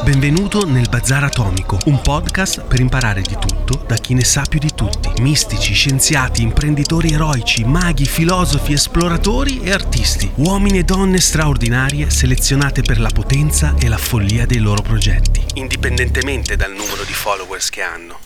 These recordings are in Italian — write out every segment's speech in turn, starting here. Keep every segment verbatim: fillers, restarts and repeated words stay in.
Benvenuto nel Bazar Atomico, un podcast per imparare di tutto da chi ne sa più di tutti. Mistici, scienziati, imprenditori eroici, maghi, filosofi, esploratori e artisti. Uomini e donne straordinarie selezionate per la potenza e la follia dei loro progetti, indipendentemente dal numero di followers che hanno.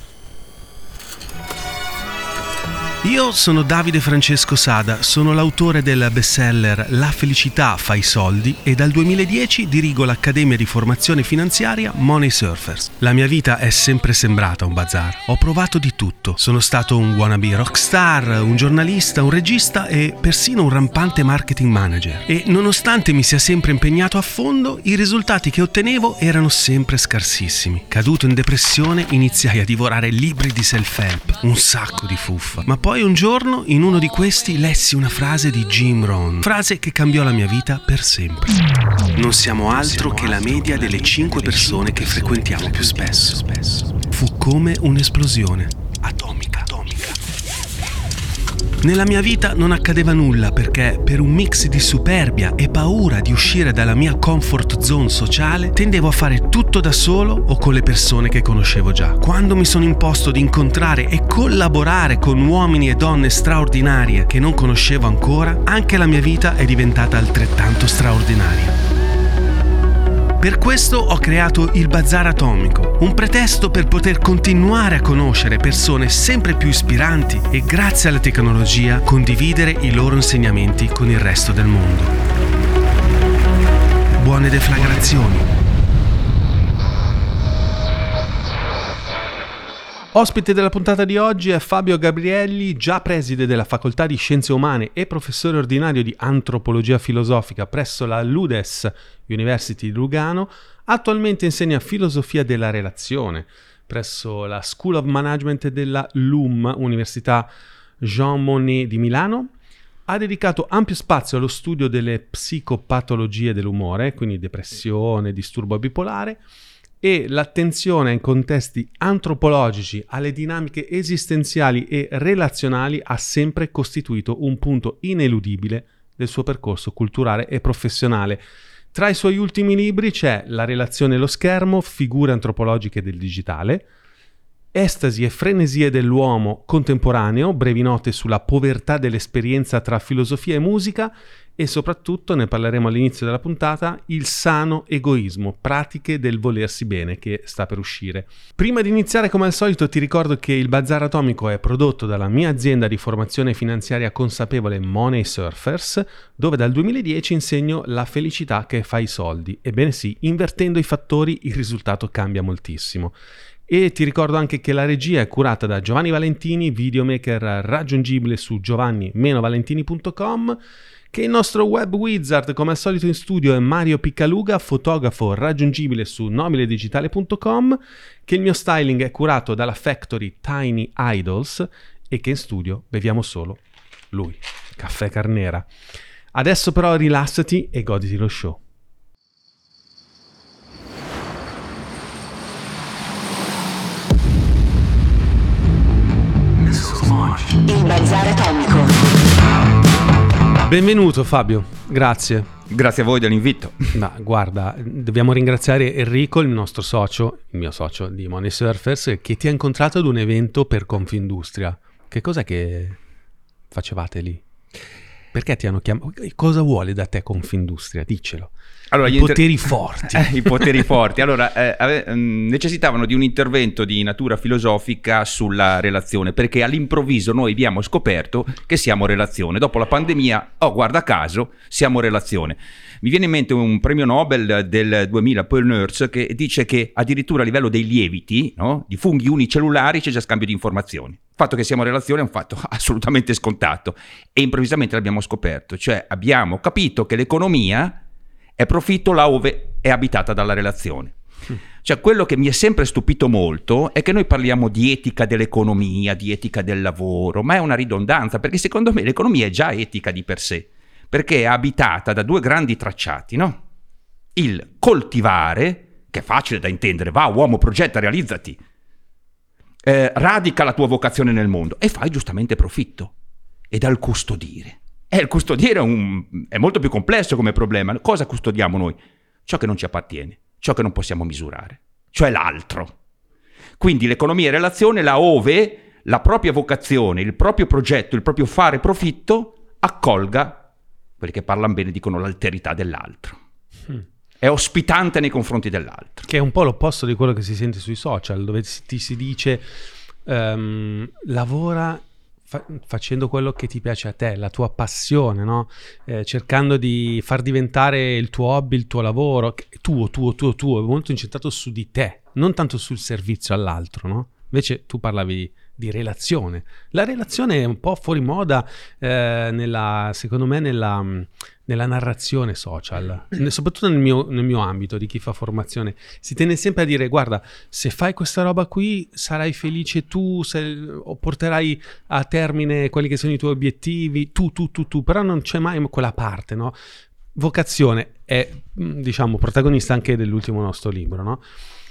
Io sono Davide Francesco Sada, sono l'autore del bestseller La felicità fa i soldi e dal duemiladieci dirigo l'Accademia di Formazione Finanziaria Money Surfers. La mia vita è sempre sembrata un bazar. Ho provato di tutto. Sono stato un wannabe rockstar, un giornalista, un regista e persino un rampante marketing manager. E nonostante mi sia sempre impegnato a fondo, i risultati che ottenevo erano sempre scarsissimi. Caduto in depressione, iniziai a divorare libri di self-help, un sacco di fuffa. Ma poi Poi un giorno, in uno di questi, lessi una frase di Jim Rohn, frase che cambiò la mia vita per sempre. Non siamo altro che la media delle cinque persone che frequentiamo più spesso. Fu come un'esplosione atomica. Nella mia vita non accadeva nulla perché, per un mix di superbia e paura di uscire dalla mia comfort zone sociale, tendevo a fare tutto da solo o con le persone che conoscevo già. Quando mi sono imposto di incontrare e collaborare con uomini e donne straordinarie che non conoscevo ancora, anche la mia vita è diventata altrettanto straordinaria. Per questo ho creato il Bazar Atomico, un pretesto per poter continuare a conoscere persone sempre più ispiranti e, grazie alla tecnologia, condividere i loro insegnamenti con il resto del mondo. Buone deflagrazioni. Ospite della puntata di oggi è Fabio Gabrielli, già preside della Facoltà di Scienze Umane e professore ordinario di Antropologia Filosofica presso la LUDES University di Lugano. Attualmente insegna Filosofia della Relazione presso la School of Management della L U M, Università Jean Monnet di Milano. Ha dedicato ampio spazio allo studio delle psicopatologie dell'umore, quindi depressione, disturbo bipolare, e l'attenzione in contesti antropologici alle dinamiche esistenziali e relazionali ha sempre costituito un punto ineludibile del suo percorso culturale e professionale. Tra i suoi ultimi libri c'è La relazione e lo schermo, figure antropologiche del digitale, Estasi e frenesie dell'uomo contemporaneo, brevi note sulla povertà dell'esperienza tra filosofia e musica, e soprattutto, ne parleremo all'inizio della puntata, Il sano egoismo, pratiche del volersi bene, che sta per uscire. Prima di iniziare, come al solito, ti ricordo che il Bazar Atomico è prodotto dalla mia azienda di formazione finanziaria consapevole Money Surfers, dove dal duemiladieci insegno la felicità che fa i soldi. Ebbene sì, invertendo i fattori il risultato cambia moltissimo. E ti ricordo anche che la regia è curata da Giovanni Valentini, videomaker raggiungibile su giovanni valentini punto com, che il nostro web wizard, come al solito in studio, è Mario Piccaluga, fotografo raggiungibile su nobile digitale punto com, che il mio styling è curato dalla Factory Tiny Idols e che in studio beviamo solo lui, Caffè Carnera. Adesso però rilassati e goditi lo show. Il Bazar Atomico. Benvenuto Fabio, grazie. Grazie a voi dell'invito. Ma guarda, dobbiamo ringraziare Enrico, il nostro socio, il mio socio di Money Surfers, che ti ha incontrato ad un evento per Confindustria. Che cos'è che facevate lì? Perché ti hanno chiamato? Cosa vuole da te Confindustria? Diccelo. Allora, I gli poteri inter... forti. Eh, I poteri forti. Allora, eh, ave... necessitavano di un intervento di natura filosofica sulla relazione, perché all'improvviso noi abbiamo scoperto che siamo relazione. Dopo la pandemia, oh guarda caso, siamo relazione. Mi viene in mente un premio Nobel del duemila, Paul Nurse, che dice che addirittura a livello dei lieviti, no, di funghi unicellulari, c'è già scambio di informazioni. Il fatto che siamo relazione è un fatto assolutamente scontato e improvvisamente l'abbiamo scoperto, cioè abbiamo capito che l'economia è profitto là ove è abitata dalla relazione. Mm. Cioè, quello che mi è sempre stupito molto è che noi parliamo di etica dell'economia, di etica del lavoro, ma è una ridondanza, perché secondo me l'economia è già etica di per sé, perché è abitata da due grandi tracciati, no? Il coltivare, che è facile da intendere, va uomo, progetta, realizzati, eh, radica la tua vocazione nel mondo e fai giustamente profitto, e dal custodire. E il custodire è, un, è molto più complesso come problema. Cosa custodiamo noi? Ciò che non ci appartiene. ciò che non possiamo misurare, cioè l'altro. Quindi l'economia è relazione là ove la propria vocazione, il proprio progetto, il proprio fare profitto accolga, quelli che parlano bene dicono l'alterità dell'altro. Mm. È ospitante nei confronti dell'altro. Che è un po' l'opposto di quello che si sente sui social, dove ti si dice um, lavora fa- facendo quello che ti piace a te, la tua passione, no? Eh, cercando di far diventare il tuo hobby, il tuo lavoro, tuo, tuo, tuo, tuo, è molto incentrato su di te, non tanto sul servizio all'altro, no? Invece tu parlavi di relazione. La relazione è un po' fuori moda, eh, nella, secondo me, nella, nella narrazione social, soprattutto nel mio, nel mio ambito di chi fa formazione. Si tende sempre a dire: guarda, se fai questa roba qui sarai felice tu, se, o porterai a termine quelli che sono i tuoi obiettivi, tu, tu, tu, tu, però non c'è mai quella parte, no? Vocazione è, diciamo, protagonista anche dell'ultimo nostro libro, no?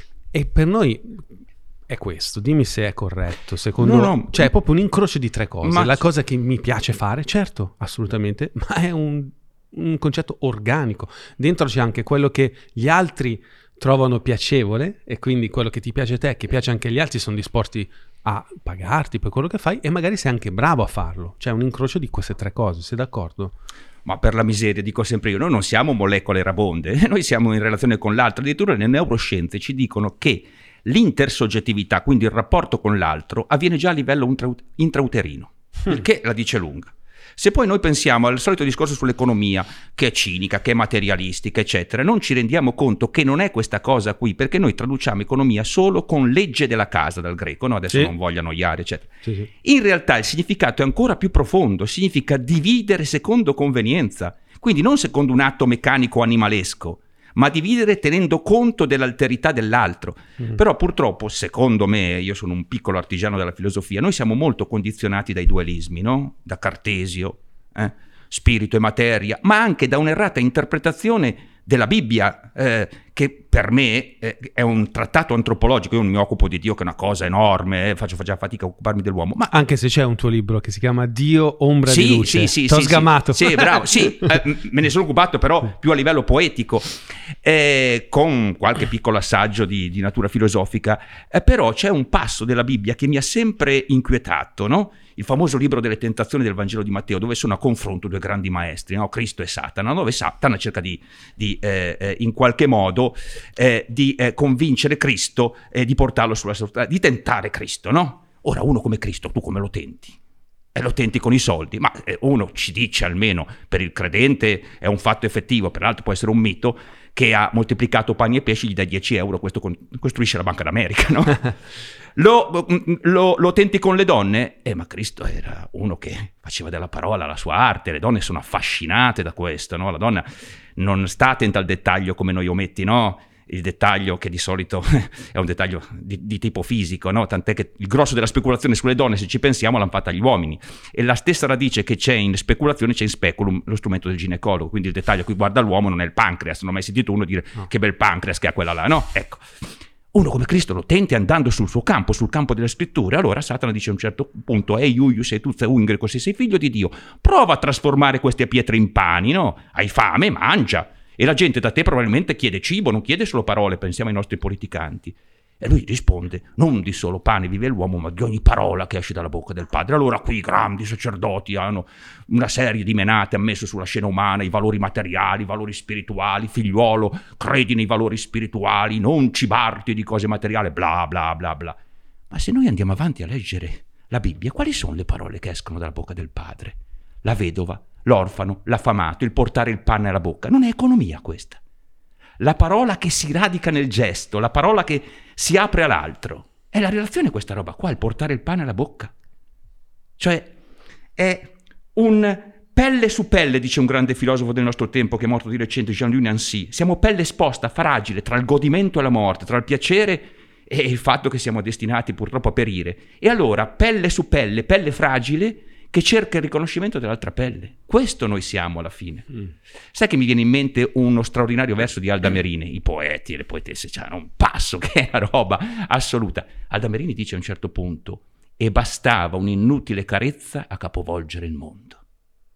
E per noi è questo, dimmi se è corretto, secondo no, no. Cioè è proprio un incrocio di tre cose. Ma... la cosa che mi piace fare, certo, assolutamente, ma è un, un concetto organico. Dentro c'è anche quello che gli altri trovano piacevole, e quindi quello che ti piace a te, che piace anche agli altri, sono disposti a pagarti per quello che fai, e magari sei anche bravo a farlo. C'è un incrocio di queste tre cose, sei d'accordo? Ma per la miseria, dico sempre io, noi non siamo molecole erabonde, noi siamo in relazione con l'altro. Addirittura le neuroscienze ci dicono che l'intersoggettività, quindi il rapporto con l'altro, avviene già a livello intraut- intrauterino, mm. il che la dice lunga. Se poi noi pensiamo al solito discorso sull'economia, che è cinica, che è materialistica, eccetera, non ci rendiamo conto che non è questa cosa qui, perché noi traduciamo economia solo con legge della casa, dal greco, no? Adesso sì. non voglio annoiare, eccetera. Sì, sì. In realtà il significato è ancora più profondo, significa dividere secondo convenienza, quindi non secondo un atto meccanico animalesco, ma dividere tenendo conto dell'alterità dell'altro. Mm. Però purtroppo, secondo me, io sono un piccolo artigiano della filosofia, noi siamo molto condizionati dai dualismi, no? Da Cartesio, eh? spirito e materia, ma anche da un'errata interpretazione della Bibbia, eh, che per me eh, è un trattato antropologico. Io non mi occupo di Dio, che è una cosa enorme, eh, faccio già fatica a occuparmi dell'uomo. Ma anche se c'è un tuo libro che si chiama Dio, ombra sì, di luce. Sì, sì, T'ho sì, sgamato. Sì, sì, bravo, sì, eh, me ne sono occupato però più a livello poetico, eh, con qualche piccolo assaggio di, di natura filosofica, eh, però c'è un passo della Bibbia che mi ha sempre inquietato, no? Il famoso libro delle tentazioni del Vangelo di Matteo, dove sono a confronto due grandi maestri, no? Cristo e Satana, dove Satana cerca di, di eh, eh, in qualche modo eh, di eh, convincere Cristo e eh, di portarlo sulla strada, di tentare Cristo, no? Ora, uno come Cristo, tu come lo tenti? E lo tenti con i soldi, ma eh, uno ci dice, almeno per il credente è un fatto effettivo, per l'altro può essere un mito, che ha moltiplicato pani e pesci, gli dai dieci euro, questo con- costruisce la Banca d'America, no? Lo, lo, lo tenti con le donne? Eh, ma Cristo era uno che faceva della parola la sua arte, le donne sono affascinate da questo, no? La donna non sta attenta al dettaglio come noi ometti, no? Il dettaglio che di solito è un dettaglio di, di tipo fisico, no? Tant'è che il grosso della speculazione sulle donne, se ci pensiamo, l'hanno fatta gli uomini. E la stessa radice che c'è in speculazione c'è in speculum, lo strumento del ginecologo. Quindi il dettaglio a cui guarda l'uomo non è il pancreas, non ho mai sentito uno dire no. Che bel pancreas che ha quella là, no? Ecco. Uno come Cristo lo tenti andando sul suo campo, sul campo delle scritture. Allora Satana dice a un certo punto: Ei Iuiu, sei tu, sei un greco, se sei figlio di Dio, prova a trasformare queste pietre in pani, no? Hai fame, mangia. E la gente da te probabilmente chiede cibo, non chiede solo parole, pensiamo ai nostri politicanti. E lui risponde: non di solo pane vive l'uomo, ma di ogni parola che esce dalla bocca del Padre. Allora qui i grandi sacerdoti hanno una serie di menate, hanno messo sulla scena umana i valori materiali, i valori spirituali. Figliuolo, credi nei valori spirituali, non cibarti di cose materiali, bla bla bla bla. Ma se noi andiamo avanti a leggere la Bibbia, quali sono le parole che escono dalla bocca del Padre? La vedova, l'orfano, l'affamato, il portare il pane alla bocca. Non è economia questa. La parola che si radica nel gesto, la parola che si apre all'altro. È la relazione questa roba qua, il portare il pane alla bocca. Cioè è un pelle su pelle, dice un grande filosofo del nostro tempo che è morto di recente, Jean-Louis Nancy. Siamo pelle esposta, fragile, tra il godimento e la morte, tra il piacere e il fatto che siamo destinati purtroppo a perire. E allora pelle su pelle, pelle fragile, che cerca il riconoscimento dell'altra pelle. Questo noi siamo alla fine. Mm. Sai che mi viene in mente uno straordinario verso di Alda Merini, i poeti e le poetesse, cioè un passo che è una roba assoluta. Alda Merini dice a un certo punto: e bastava un'inutile carezza a capovolgere il mondo.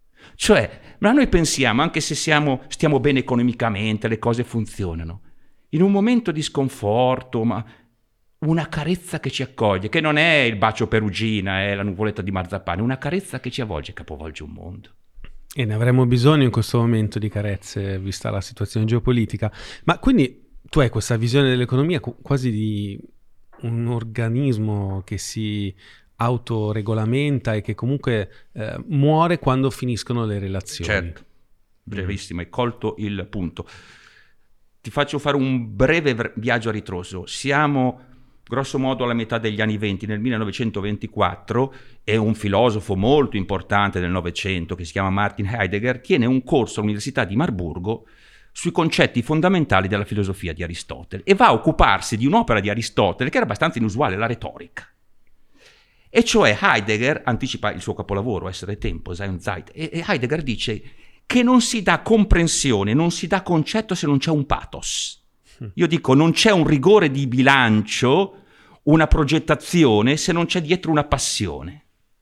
Cioè, ma noi pensiamo, anche se siamo, stiamo bene economicamente, le cose funzionano, in un momento di sconforto, ma una carezza che ci accoglie, che non è il bacio perugina, è la nuvoletta di marzapane, una carezza che ci avvolge, capovolge un mondo. E ne avremmo bisogno in questo momento di carezze, vista la situazione geopolitica. Ma quindi tu hai questa visione dell'economia quasi di un organismo che si autoregolamenta e che comunque eh, muore quando finiscono le relazioni. Certo, brevissimo, hai colto il punto. Ti faccio fare un breve viaggio a ritroso. Siamo grosso modo alla metà degli anni venti, nel millenovecentoventiquattro, e un filosofo molto importante del Novecento che si chiama Martin Heidegger tiene un corso all'Università di Marburgo sui concetti fondamentali della filosofia di Aristotele e va a occuparsi di un'opera di Aristotele che era abbastanza inusuale, la retorica. E cioè Heidegger anticipa il suo capolavoro, Essere Tempo, Sein und Zeit, e Heidegger dice che non si dà comprensione, non si dà concetto se non c'è un pathos. Io dico, non c'è un rigore di bilancio, una progettazione, se non c'è dietro una passione.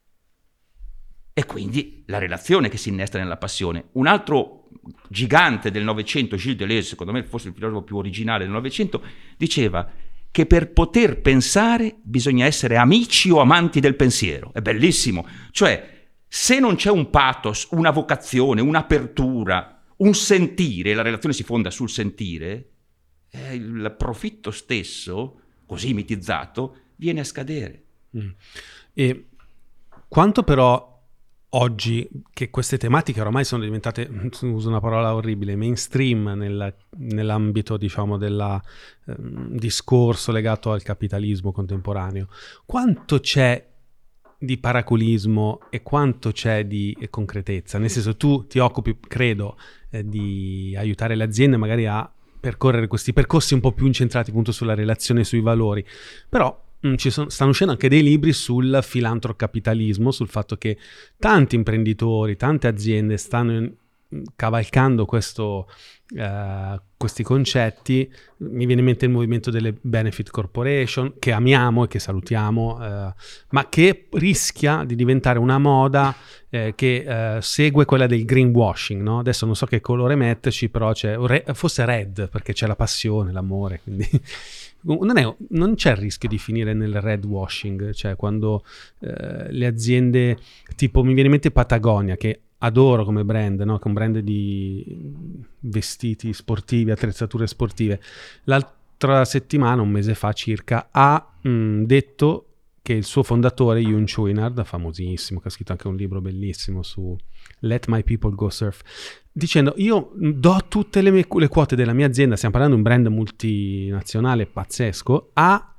E quindi la relazione che si innesta nella passione. Un altro gigante del Novecento, Gilles Deleuze, secondo me forse il filosofo più originale del Novecento, diceva che per poter pensare bisogna essere amici o amanti del pensiero. È bellissimo. Cioè, se non c'è un pathos, una vocazione, un'apertura, un sentire, la relazione si fonda sul sentire, eh, il profitto stesso, così mitizzato, viene a scadere. Mm. E quanto però oggi, che queste tematiche ormai sono diventate, uso una parola orribile, mainstream nella, nell'ambito, diciamo, del ehm, discorso legato al capitalismo contemporaneo, quanto c'è di paraculismo e quanto c'è di concretezza? Nel senso, tu ti occupi, credo, eh, di aiutare le aziende magari a percorrere questi percorsi un po' più incentrati appunto sulla relazione e sui valori, però mh, ci sono, stanno uscendo anche dei libri sul filantrocapitalismo, sul fatto che tanti imprenditori, tante aziende stanno in, cavalcando questo, eh, questi concetti. Mi viene in mente il movimento delle benefit corporation, che amiamo e che salutiamo, eh, ma che rischia di diventare una moda eh, che eh, segue quella del greenwashing, no? Adesso non so che colore metterci, però c'è re, forse red, perché c'è la passione, l'amore, quindi non, è, non c'è il rischio di finire nel red washing, cioè quando eh, le aziende, tipo mi viene in mente Patagonia, che adoro come brand, no? Che è un brand di vestiti sportivi, attrezzature sportive. L'altra settimana, un mese fa circa, ha mh, detto che il suo fondatore, Yoon Chouinard, famosissimo, che ha scritto anche un libro bellissimo su Let My People Go Surf, dicendo: io do tutte le, mie, le quote della mia azienda, stiamo parlando di un brand multinazionale pazzesco, a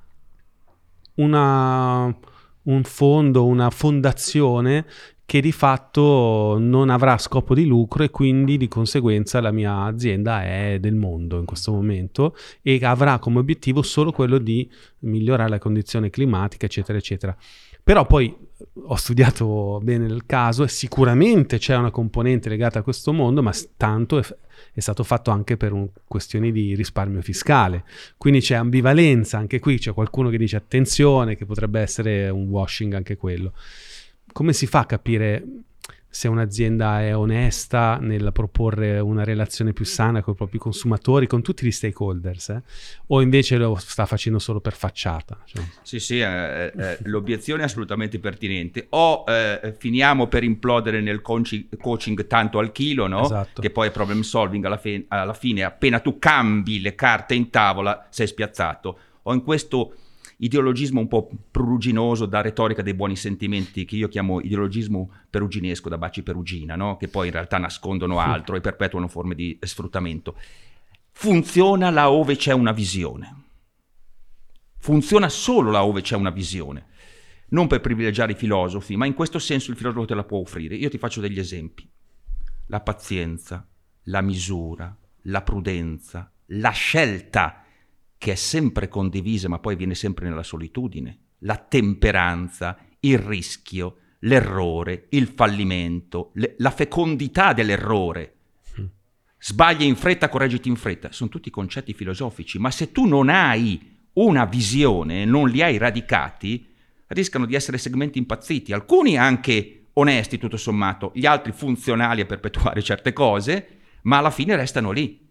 una, un fondo, una fondazione che di fatto non avrà scopo di lucro, e quindi di conseguenza la mia azienda è del mondo in questo momento e avrà come obiettivo solo quello di migliorare la condizione climatica, eccetera eccetera. Però poi ho studiato bene il caso e sicuramente c'è una componente legata a questo mondo, ma tanto è, è stato fatto anche per un, questioni di risparmio fiscale, quindi c'è ambivalenza anche qui, c'è qualcuno che dice attenzione che potrebbe essere un washing anche quello. Come si fa a capire se un'azienda è onesta nel proporre una relazione più sana con i propri consumatori, con tutti gli stakeholders, eh? O invece lo sta facendo solo per facciata? Cioè. Sì, sì, eh, eh, l'obiezione è assolutamente pertinente. O eh, finiamo per implodere nel coaching, coaching tanto al chilo, no? Esatto. Che poi è problem solving alla, fe- alla fine, appena tu cambi le carte in tavola, sei spiazzato. O in questo ideologismo un po' pruruginoso da retorica dei buoni sentimenti, che io chiamo ideologismo peruginesco da Baci Perugina, no? Che poi in realtà nascondono altro e perpetuano forme di sfruttamento. Funziona là ove c'è una visione. Funziona solo là ove c'è una visione. Non per privilegiare i filosofi, ma in questo senso il filosofo te la può offrire. Io ti faccio degli esempi. La pazienza, la misura, la prudenza, la scelta, che è sempre condivisa ma poi viene sempre nella solitudine, la temperanza, il rischio, l'errore, il fallimento, le, la fecondità dell'errore. Mm. Sbagli in fretta, correggiti in fretta, sono tutti concetti filosofici, ma se tu non hai una visione, non li hai radicati, rischiano di essere segmenti impazziti, alcuni anche onesti tutto sommato, gli altri funzionali a perpetuare certe cose, ma alla fine restano lì.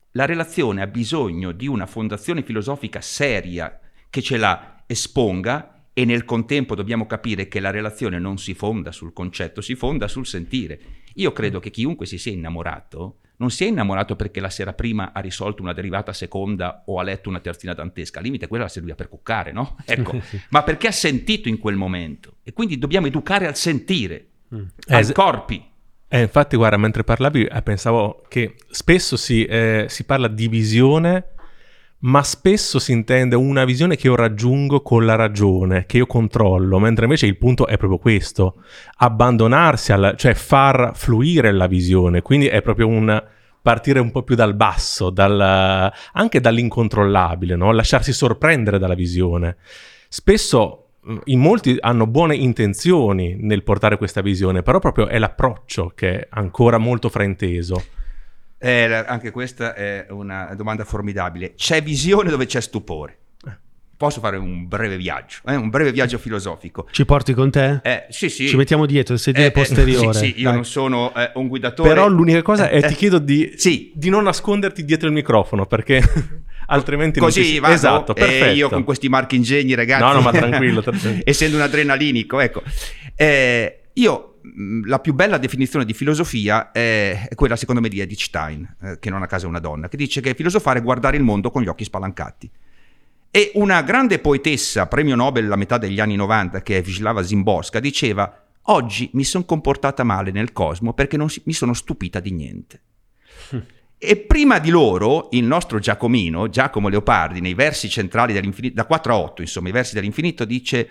la relazione ha bisogno di una fondazione filosofica seria che ce la esponga, e nel contempo dobbiamo capire che la relazione non si fonda sul concetto, si fonda sul sentire. Io credo che chiunque si sia innamorato non si è innamorato perché la sera prima ha risolto una derivata seconda o ha letto una terzina dantesca, al limite quella la serviva per cuccare, no? Ecco, ma perché ha sentito in quel momento, e quindi dobbiamo educare al sentire, mm. ai es- corpi. Eh, infatti, guarda, mentre parlavi eh, pensavo che spesso si, eh, si parla di visione, ma spesso si intende una visione che io raggiungo con la ragione, che io controllo, mentre invece il punto è proprio questo, abbandonarsi, alla, cioè far fluire la visione, quindi è proprio un partire un po' più dal basso, dal, anche dall'incontrollabile, no? Lasciarsi sorprendere dalla visione. Spesso in molti hanno buone intenzioni nel portare questa visione, però proprio è l'approccio che è ancora molto frainteso. Eh, anche questa è una domanda formidabile. C'è visione dove c'è stupore. Posso fare un breve viaggio, eh? un breve viaggio filosofico. Ci porti con te? Eh, sì, sì. Ci mettiamo dietro, il sedile eh, posteriore. Sì, sì, io Dai. non sono eh, un guidatore. Però l'unica cosa è, eh, ti chiedo di, sì. di non nasconderti dietro il microfono, perché altrimenti così non ti... vado, Esatto, perfetto. E io con questi marchingegni, ragazzi. No, no, ma tranquillo. tranquillo. Essendo un adrenalinico, ecco. Eh, io... La più bella definizione di filosofia è quella, secondo me, di Edith Stein, eh, che non a caso è una donna, che dice che filosofare è guardare il mondo con gli occhi spalancati. E una grande poetessa, premio Nobel a metà degli anni novanta, che è Wisława Szymborska, diceva: oggi mi sono comportata male nel cosmo perché non si, mi sono stupita di niente. Hm. E prima di loro, il nostro Giacomino, Giacomo Leopardi, nei versi centrali dell'infinito, da quattro a otto, insomma, i versi dell'infinito, dice: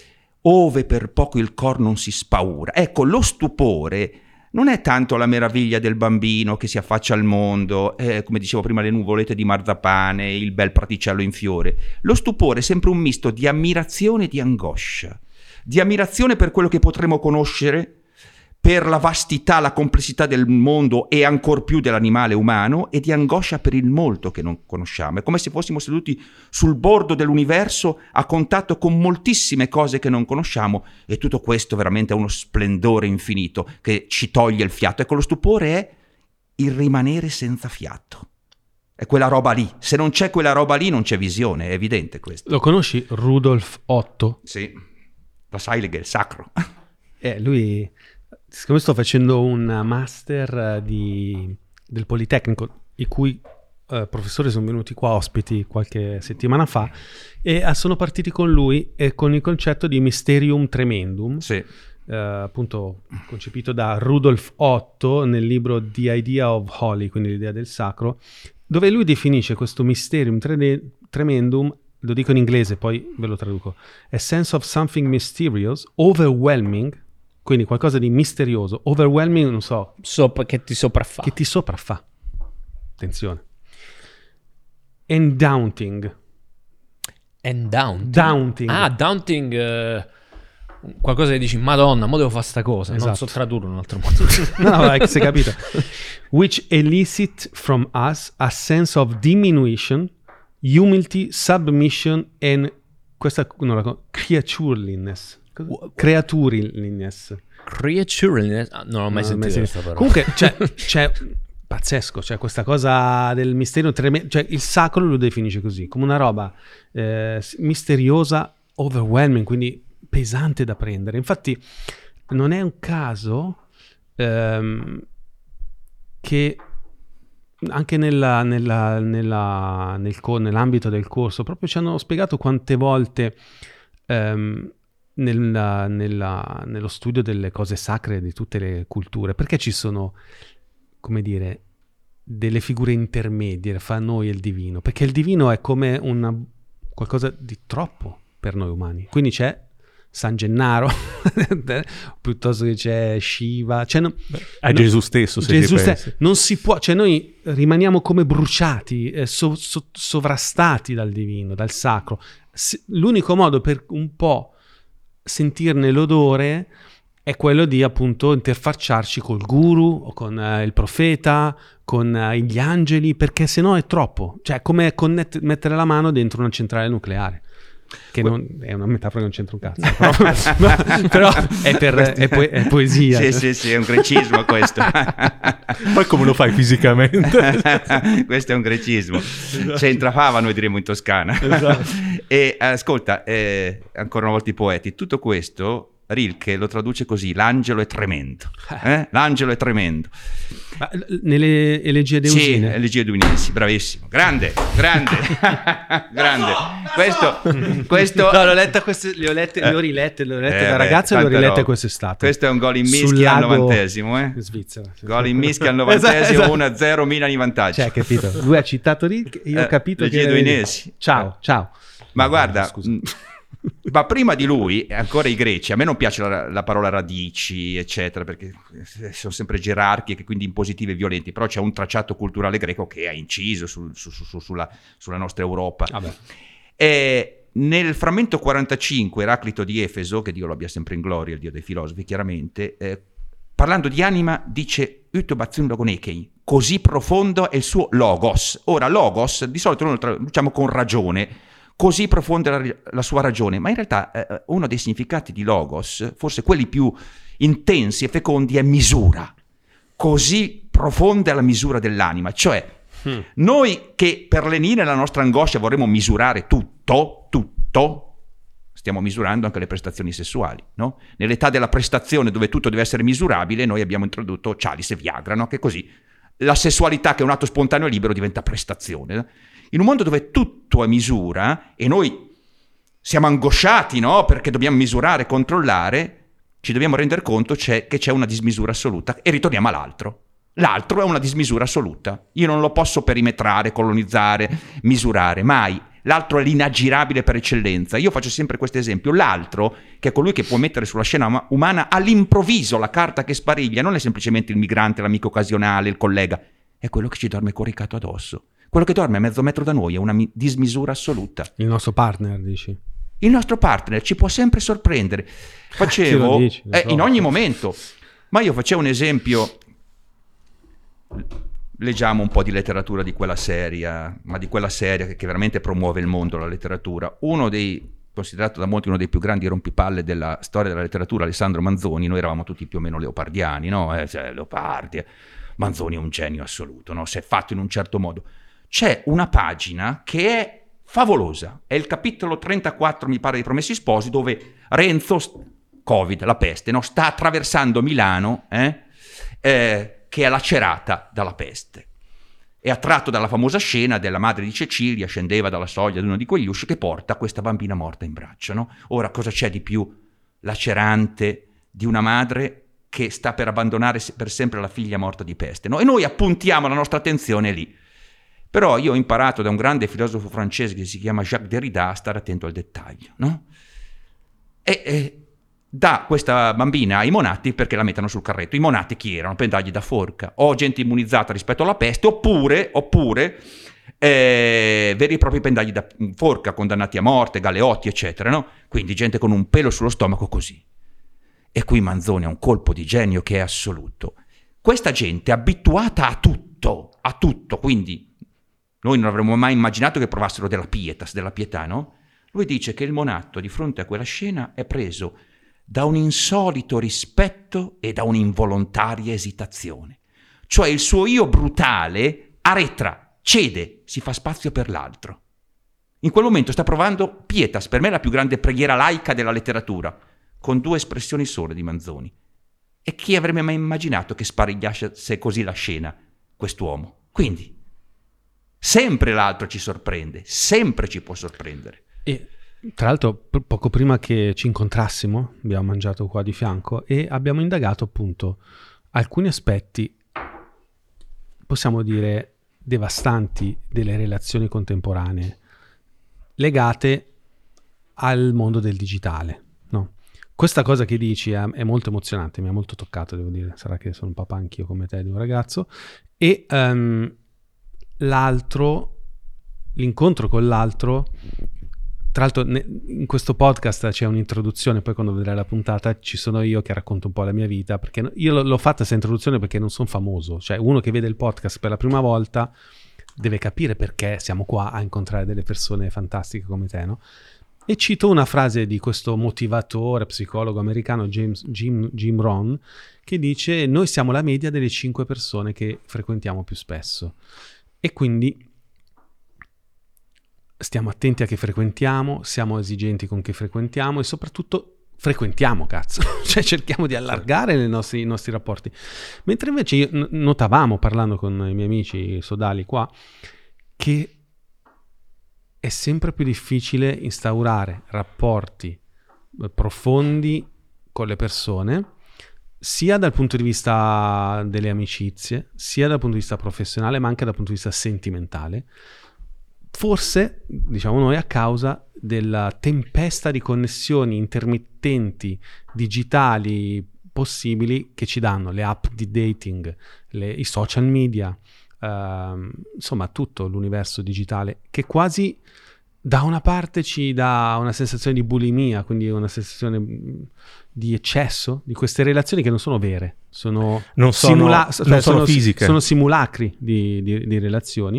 ove per poco il cor non si spaura. Ecco, lo stupore non è tanto la meraviglia del bambino che si affaccia al mondo, eh, come dicevo prima, le nuvolette di marzapane, il bel praticello in fiore. Lo stupore è sempre un misto di ammirazione e di angoscia, di ammirazione per quello che potremo conoscere, per la vastità, la complessità del mondo e ancor più dell'animale umano, e di angoscia per il molto che non conosciamo. È come se fossimo seduti sul bordo dell'universo a contatto con moltissime cose che non conosciamo, e tutto questo veramente ha uno splendore infinito che ci toglie il fiato. Ecco, lo stupore è il rimanere senza fiato. È quella roba lì. Se non c'è quella roba lì non c'è visione, è evidente questo. Lo conosci Rudolf Otto? Sì, la Heilige, il sacro. Eh, lui... Siccome sto facendo un master di, del Politecnico, i cui eh, professori sono venuti qua ospiti qualche settimana fa, e eh, sono partiti con lui e con il concetto di Mysterium Tremendum, sì. eh, appunto concepito da Rudolf Otto nel libro The Idea of Holy, quindi l'idea del sacro, dove lui definisce questo Mysterium tre- Tremendum, lo dico in inglese, poi ve lo traduco: a sense of something mysterious, overwhelming, quindi qualcosa di misterioso, overwhelming, non so. Sop- che ti sopraffa. Che ti sopraffa. Attenzione. And daunting. And daunting. Daunting. Ah, daunting. Eh, qualcosa che dici, Madonna, mo devo fare sta cosa. Esatto. Non so tradurre in un altro modo. No, vai, si è capito. Which elicit from us a sense of diminution, humility, submission and questa non la creatureliness. Creatureliness. Creatureliness? Ah, non ho mai no, sentito mai questa parola. Comunque c'è, c'è pazzesco, c'è questa cosa del mistero tremendo, cioè il sacro lo definisce così, come una roba eh, misteriosa, overwhelming, quindi pesante da prendere. Infatti non è un caso ehm, che anche nella, nella, nella, nel, nell'ambito del corso proprio ci hanno spiegato quante volte ehm, Nella, nella, nello studio delle cose sacre di tutte le culture, perché ci sono, come dire, delle figure intermedie fra noi e il divino, perché il divino è come una, qualcosa di troppo per noi umani. Quindi c'è San Gennaro piuttosto che c'è Shiva, cioè no, è no, Gesù stesso, se Gesù ci stesso. Non si può, cioè noi rimaniamo come bruciati, eh, so, so, sovrastati dal divino, dal sacro. S- l'unico modo per un po' sentirne l'odore è quello di appunto interfacciarci col guru o con eh, il profeta, con eh, gli angeli, perché sennò è troppo, cioè come connett- mettere la mano dentro una centrale nucleare. che non, è una metafora che non c'entra un cazzo, però, però è, per, è, po- è poesia. Sì, sì, sì, è un grecismo questo. Poi come lo fai fisicamente? Questo è un grecismo. C'entra fava, noi diremo in Toscana. Esatto. E ascolta, eh, ancora una volta i poeti, tutto questo Rilke lo traduce così: l'angelo è tremendo, eh? L'angelo è tremendo. Ma, nelle elegie Sì, deusine? elegie deunensi, bravissimo, grande, grande, grande. Questo, questo... No, l'ho letta queste, le ho lette, le ho rilette, le ho lette Eh, da beh, ragazzo e le ho tanta rilette roba. quest'estate. Questo è un gol in Sul mischia al lago novantesimo, eh? in Svizzera. Sì. Gol in mischia al novantesimo, Esatto. uno a zero Milan in vantaggio. Cioè, capito? Lui ha citato Rilke, io ho Eh, capito le che... Gedoinesi. Ciao, ciao. Ma guarda, Scusa. mh, ma prima di lui, ancora i greci, a me non piace la, la parola radici, eccetera, perché sono sempre gerarchiche, quindi impositive e violenti, però c'è un tracciato culturale greco che ha inciso sul- su- su- su- sulla, sulla nostra Europa. Vabbè. E nel frammento quarantacinque, Eraclito di Efeso, che Dio lo abbia sempre in gloria, il dio dei filosofi, chiaramente, eh, parlando di anima, dice «Utobazion logonekei», così profondo è il suo logos. Ora, logos, di solito noi lo traduciamo con ragione, così profonda è la, la sua ragione, ma in realtà eh, uno dei significati di logos, forse quelli più intensi e fecondi, è misura. Così profonda è la misura dell'anima, cioè Hmm. noi che per lenire la nostra angoscia vorremmo misurare tutto, tutto, stiamo misurando anche le prestazioni sessuali, no? Nell'età della prestazione, dove tutto deve essere misurabile, noi abbiamo introdotto Cialis e Viagra, no? Che così la sessualità, che è un atto spontaneo e libero, diventa prestazione, no? In un mondo dove tutto è misura e noi siamo angosciati, no? Perché dobbiamo misurare, controllare, ci dobbiamo rendere conto c'è, che c'è una dismisura assoluta e ritorniamo all'altro. L'altro è una dismisura assoluta. Io non lo posso perimetrare, colonizzare, misurare, mai. L'altro è l'inaggirabile per eccellenza. Io faccio sempre questo esempio. L'altro, che è colui che può mettere sulla scena um- umana all'improvviso la carta che spariglia, non è semplicemente il migrante, l'amico occasionale, il collega, è quello che ci dorme coricato addosso. Quello che dorme a mezzo metro da noi è una mi- dismisura assoluta. Il nostro partner, dici? Il nostro partner ci può sempre sorprendere. Facevo, Chi lo dici? Lo eh, so. in ogni momento, ma io facevo un esempio, leggiamo un po' di letteratura di quella seria, ma di quella seria che, che veramente promuove il mondo, la letteratura. Uno dei, considerato da molti uno dei più grandi rompipalle della storia della letteratura, Alessandro Manzoni, noi eravamo tutti più o meno leopardiani, no? Eh, cioè, Leopardi, eh. Manzoni è un genio assoluto, no? Si è fatto in un certo modo. C'è una pagina che è favolosa, è il capitolo trentaquattro, mi pare, dei Promessi Sposi, dove Renzo, Covid, la peste, no? Sta attraversando Milano, eh? Eh, che è lacerata dalla peste. È attratto dalla famosa scena della madre di Cecilia, scendeva dalla soglia di uno di quegli usci, che porta questa bambina morta in braccio, no? Ora, cosa c'è di più lacerante di una madre che sta per abbandonare per sempre la figlia morta di peste, no? E noi appuntiamo la nostra attenzione lì. Però io ho imparato da un grande filosofo francese che si chiama Jacques Derrida a stare attento al dettaglio, no? E, e dà questa bambina ai monati perché la mettano sul carretto. I monati chi erano? Pendagli da forca, o gente immunizzata rispetto alla peste, oppure, oppure eh, veri e propri pendagli da forca, condannati a morte, galeotti, eccetera, no? Quindi gente con un pelo sullo stomaco così. E qui Manzoni ha un colpo di genio che è assoluto. Questa gente è abituata a tutto, a tutto, quindi noi non avremmo mai immaginato che provassero della pietas, della pietà, no? Lui dice che il monatto di fronte a quella scena è preso da un insolito rispetto e da un'involontaria esitazione. Cioè il suo io brutale arretra, cede, si fa spazio per l'altro. In quel momento sta provando pietas, per me la più grande preghiera laica della letteratura, con due espressioni sole di Manzoni. E chi avrebbe mai immaginato che sparigliasse così la scena, quest'uomo? Quindi, sempre l'altro ci sorprende, sempre ci può sorprendere. E tra l'altro po- poco prima che ci incontrassimo abbiamo mangiato qua di fianco e abbiamo indagato appunto alcuni aspetti, possiamo dire devastanti, delle relazioni contemporanee legate al mondo del digitale, no? Questa cosa che dici è, è molto emozionante, mi ha molto toccato, devo dire. Sarà che sono un papà anch'io come te di un ragazzo. E um, l'altro, l'incontro con l'altro, tra l'altro ne, in questo podcast c'è un'introduzione, poi quando vedrai la puntata ci sono io che racconto un po' la mia vita, perché io l'ho fatta questa introduzione perché non sono famoso, cioè uno che vede il podcast per la prima volta deve capire perché siamo qua a incontrare delle persone fantastiche come te, no? E cito una frase di questo motivatore, psicologo americano James, Jim, Jim Rohn, che dice: noi siamo la media delle cinque persone che frequentiamo più spesso. E quindi stiamo attenti a che frequentiamo, siamo esigenti con che frequentiamo e soprattutto frequentiamo, cazzo. Cioè cerchiamo di allargare i nostri, i nostri rapporti. Mentre invece io, n- notavamo, parlando con i miei amici sodali qua, che è sempre più difficile instaurare rapporti profondi con le persone, sia dal punto di vista delle amicizie, sia dal punto di vista professionale, ma anche dal punto di vista sentimentale. Forse, diciamo noi, a causa della tempesta di connessioni intermittenti digitali possibili che ci danno le app di dating, le, i social media, Uh, insomma tutto l'universo digitale, che quasi da una parte ci dà una sensazione di bulimia, quindi una sensazione di eccesso di queste relazioni che non sono vere, sono, non sono, simula- non cioè sono, sono fisiche, sono simulacri di, di, di relazioni,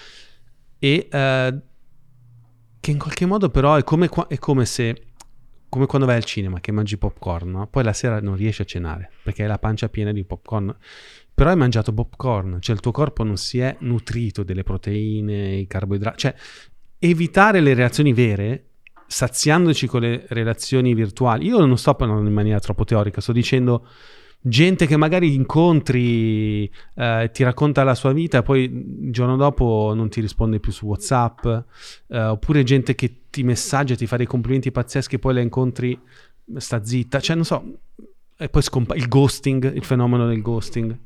e uh, che in qualche modo però è come, qua- è come se come quando vai al cinema che mangi popcorn, no? Poi la sera non riesci a cenare perché hai la pancia piena di popcorn, però hai mangiato popcorn, cioè il tuo corpo non si è nutrito delle proteine, i carboidrati, cioè evitare le reazioni vere saziandoci con le relazioni virtuali. Io non sto parlando in maniera troppo teorica, sto dicendo gente che magari incontri, eh, ti racconta la sua vita e poi il giorno dopo non ti risponde più su WhatsApp, eh, oppure gente che ti messaggia, ti fa dei complimenti pazzeschi e poi la incontri, sta zitta, cioè non so, e poi scompa- il ghosting, il fenomeno del ghosting.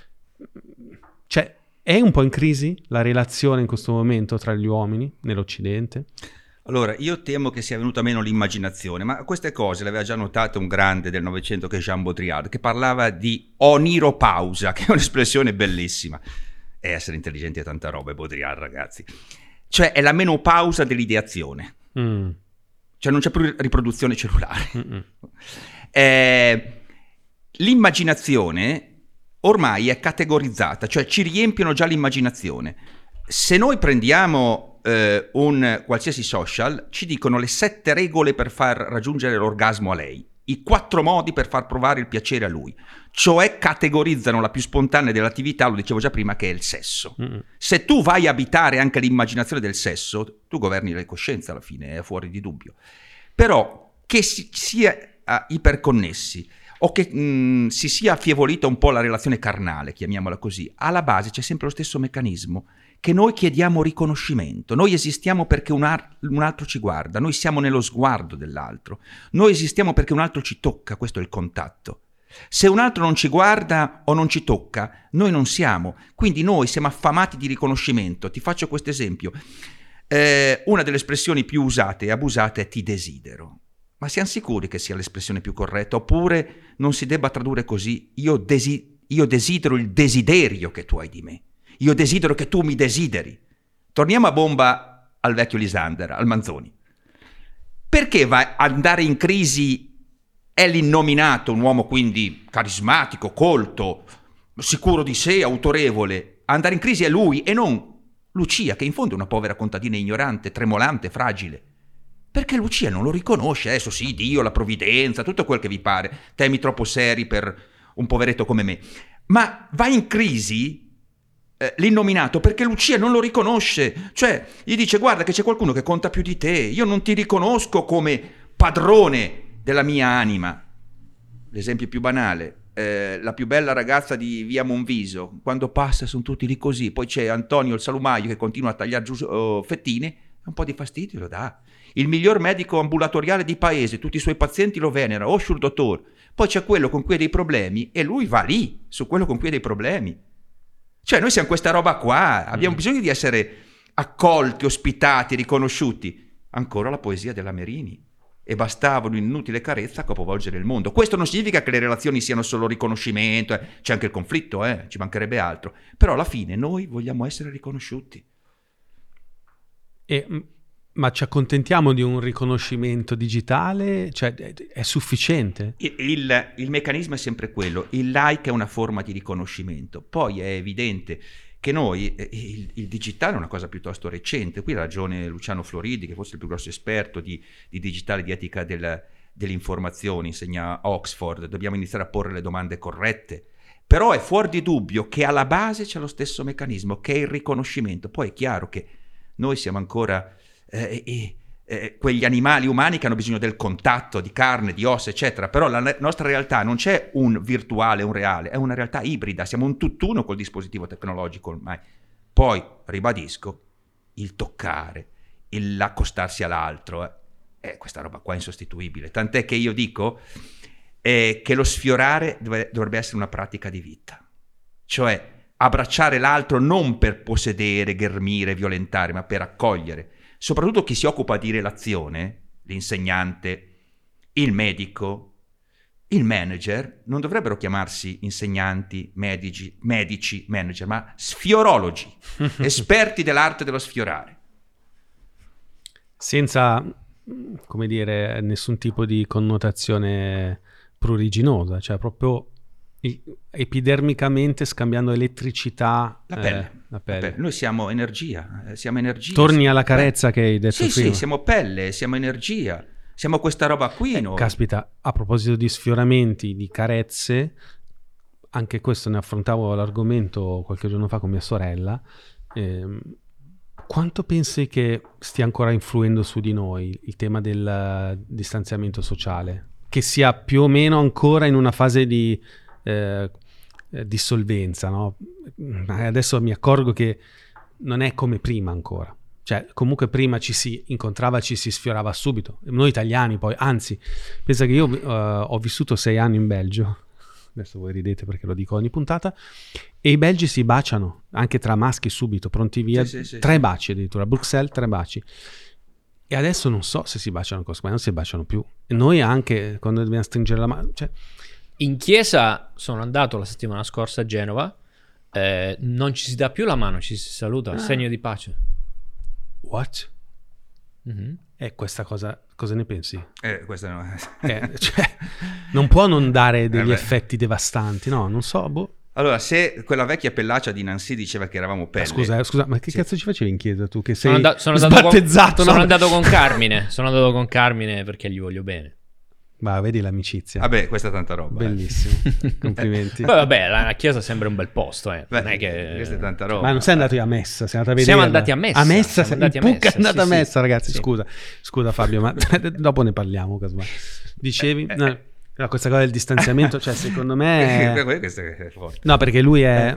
Cioè è un po' in crisi la relazione in questo momento tra gli uomini nell'Occidente? Allora, io temo che sia venuta meno l'immaginazione, ma queste cose le aveva già notate un grande del Novecento che è Jean Baudrillard, che parlava di oniropausa, che è un'espressione bellissima. E essere intelligenti è tanta roba, è Baudrillard, ragazzi. Cioè è la menopausa dell'ideazione. Mm. Cioè non c'è più riproduzione cellulare. Eh, l'immaginazione ormai è categorizzata, cioè ci riempiono già l'immaginazione. Se noi prendiamo Uh, un qualsiasi social, ci dicono le sette regole per far raggiungere l'orgasmo a lei, i quattro modi per far provare il piacere a lui, cioè categorizzano la più spontanea dell'attività, lo dicevo già prima, che è il sesso. Mm-hmm. Se tu vai a abitare anche l'immaginazione del sesso, tu governi le coscienze alla fine, è fuori di dubbio. Però che si sia uh, iperconnessi o che mh, si sia affievolita un po' la relazione carnale, chiamiamola così, alla base c'è sempre lo stesso meccanismo, che noi chiediamo riconoscimento. Noi esistiamo perché un, ar- un altro ci guarda, noi siamo nello sguardo dell'altro, noi esistiamo perché un altro ci tocca, questo è il contatto. Se un altro non ci guarda o non ci tocca, noi non siamo, quindi noi siamo affamati di riconoscimento. Ti faccio questo esempio. Eh, una delle espressioni più usate e abusate è ti desidero. Ma siamo sicuri che sia l'espressione più corretta? Oppure non si debba tradurre così, io, desi- io desidero il desiderio che tu hai di me. Io desidero che tu mi desideri. Torniamo a bomba al vecchio Lisander, al Manzoni. Perché va a andare in crisi è l'innominato, un uomo quindi carismatico, colto, sicuro di sé, autorevole? A andare in crisi è lui e non Lucia, che in fondo è una povera contadina ignorante, tremolante, fragile. Perché Lucia non lo riconosce. Adesso sì, Dio, la provvidenza, tutto quel che vi pare, temi troppo seri per un poveretto come me. Ma va in crisi l'innominato perché Lucia non lo riconosce, cioè gli dice guarda che c'è qualcuno che conta più di te, io non ti riconosco come padrone della mia anima. L'esempio più banale, eh, la più bella ragazza di via Monviso, quando passa sono tutti lì così, poi c'è Antonio il salumaio che continua a tagliare giù uh, fettine, un po' di fastidio lo dà. Il miglior medico ambulatoriale di paese, tutti i suoi pazienti lo venerano, oh sul dottor. Poi c'è quello con cui ha dei problemi e lui va lì su quello con cui ha dei problemi. Cioè noi siamo questa roba qua, abbiamo mm. bisogno di essere accolti, ospitati, riconosciuti. Ancora la poesia della Merini. E bastava un'inutile carezza a capovolgere il mondo. Questo non significa che le relazioni siano solo riconoscimento, eh. C'è anche il conflitto, eh. Ci mancherebbe altro. Però alla fine noi vogliamo essere riconosciuti. E, ma ci accontentiamo di un riconoscimento digitale? Cioè è sufficiente? Il, il, il meccanismo è sempre quello. Il like è una forma di riconoscimento. Poi è evidente che noi, eh, il, il digitale è una cosa piuttosto recente. Qui ha ragione Luciano Floridi, che forse è il più grosso esperto di, di digitale, di etica del, delle informazioni, insegna a Oxford, dobbiamo iniziare a porre le domande corrette. Però è fuori di dubbio che alla base c'è lo stesso meccanismo, che è il riconoscimento. Poi è chiaro che noi siamo ancora eh, eh, eh, quegli animali umani che hanno bisogno del contatto, di carne, di ossa, eccetera. Però la ne- nostra realtà non c'è un virtuale, un reale, è una realtà ibrida. Siamo un tutt'uno col dispositivo tecnologico ormai. Poi, ribadisco, il toccare, il accostarsi all'altro, eh, eh, questa roba qua è insostituibile. Tant'è che io dico... Eh, che lo sfiorare dov- dovrebbe essere una pratica di vita, cioè abbracciare l'altro non per possedere, ghermire, violentare, ma per accogliere. Soprattutto chi si occupa di relazione, l'insegnante, il medico, il manager, non dovrebbero chiamarsi insegnanti, medici, medici, manager, ma sfiorologi, esperti dell'arte dello sfiorare. Senza, come dire, nessun tipo di connotazione pruriginosa, cioè proprio epidermicamente scambiando elettricità, La pelle. eh, la pelle. La pelle. Noi siamo energia, eh, siamo energia. Torni siamo alla carezza pelle. che hai detto sì, prima. Sì, siamo pelle, siamo energia, siamo questa roba qui. Eh, noi. caspita, a proposito di sfioramenti, di carezze, anche questo ne affrontavo l'argomento qualche giorno fa con mia sorella. Ehm, quanto pensi che stia ancora influendo su di noi il tema del uh, distanziamento sociale? Che sia più o meno ancora in una fase di eh, dissolvenza, no? Adesso mi accorgo che non è come prima ancora. Cioè, comunque prima ci si incontrava, ci si sfiorava subito. Noi italiani poi, anzi, pensa che io uh, ho vissuto sei anni in Belgio, adesso voi ridete perché lo dico ogni puntata, e i belgi si baciano, anche tra maschi subito, pronti via, sì, sì, sì, tre sì. baci addirittura, a Bruxelles tre baci. E adesso non so se si baciano così, ma non si baciano più. E noi anche, quando dobbiamo stringere la mano... Cioè... In chiesa sono andato la settimana scorsa a Genova, eh, non ci si dà più la mano, ci si saluta, Ah. segno di pace. What? Mhm. E questa cosa, cosa ne pensi? Eh, questa no. Eh, cioè, non può non dare degli Eh beh. effetti devastanti, no? Non so, boh. Allora, se quella vecchia pellaccia di Nancy diceva che eravamo pelle... Ah, scusa, eh, scusa, ma che Sì. cazzo ci facevi in chiesa tu? Che sei Sono, anda- sono andato sbattezzato, con, no? sono andato con Carmine, sono andato con Carmine perché gli voglio bene. Ma vedi l'amicizia. Vabbè, questa è tanta roba. eh. Bellissimo. Complimenti. Poi vabbè, la, la chiesa sembra un bel posto, eh. Beh, non è che... questa è tanta roba. Ma non sei andato a messa, sei andato a vedere. Siamo andati a messa, A messa, siamo sei- andati a il Puc messa, è andato sì, a sì. messa, ragazzi. Sì. Scusa, scusa Fabio, ma dopo ne parliamo, casomai. Dicevi, no, no, questa cosa del distanziamento, cioè secondo me... Eh, questo è forte. No, perché lui è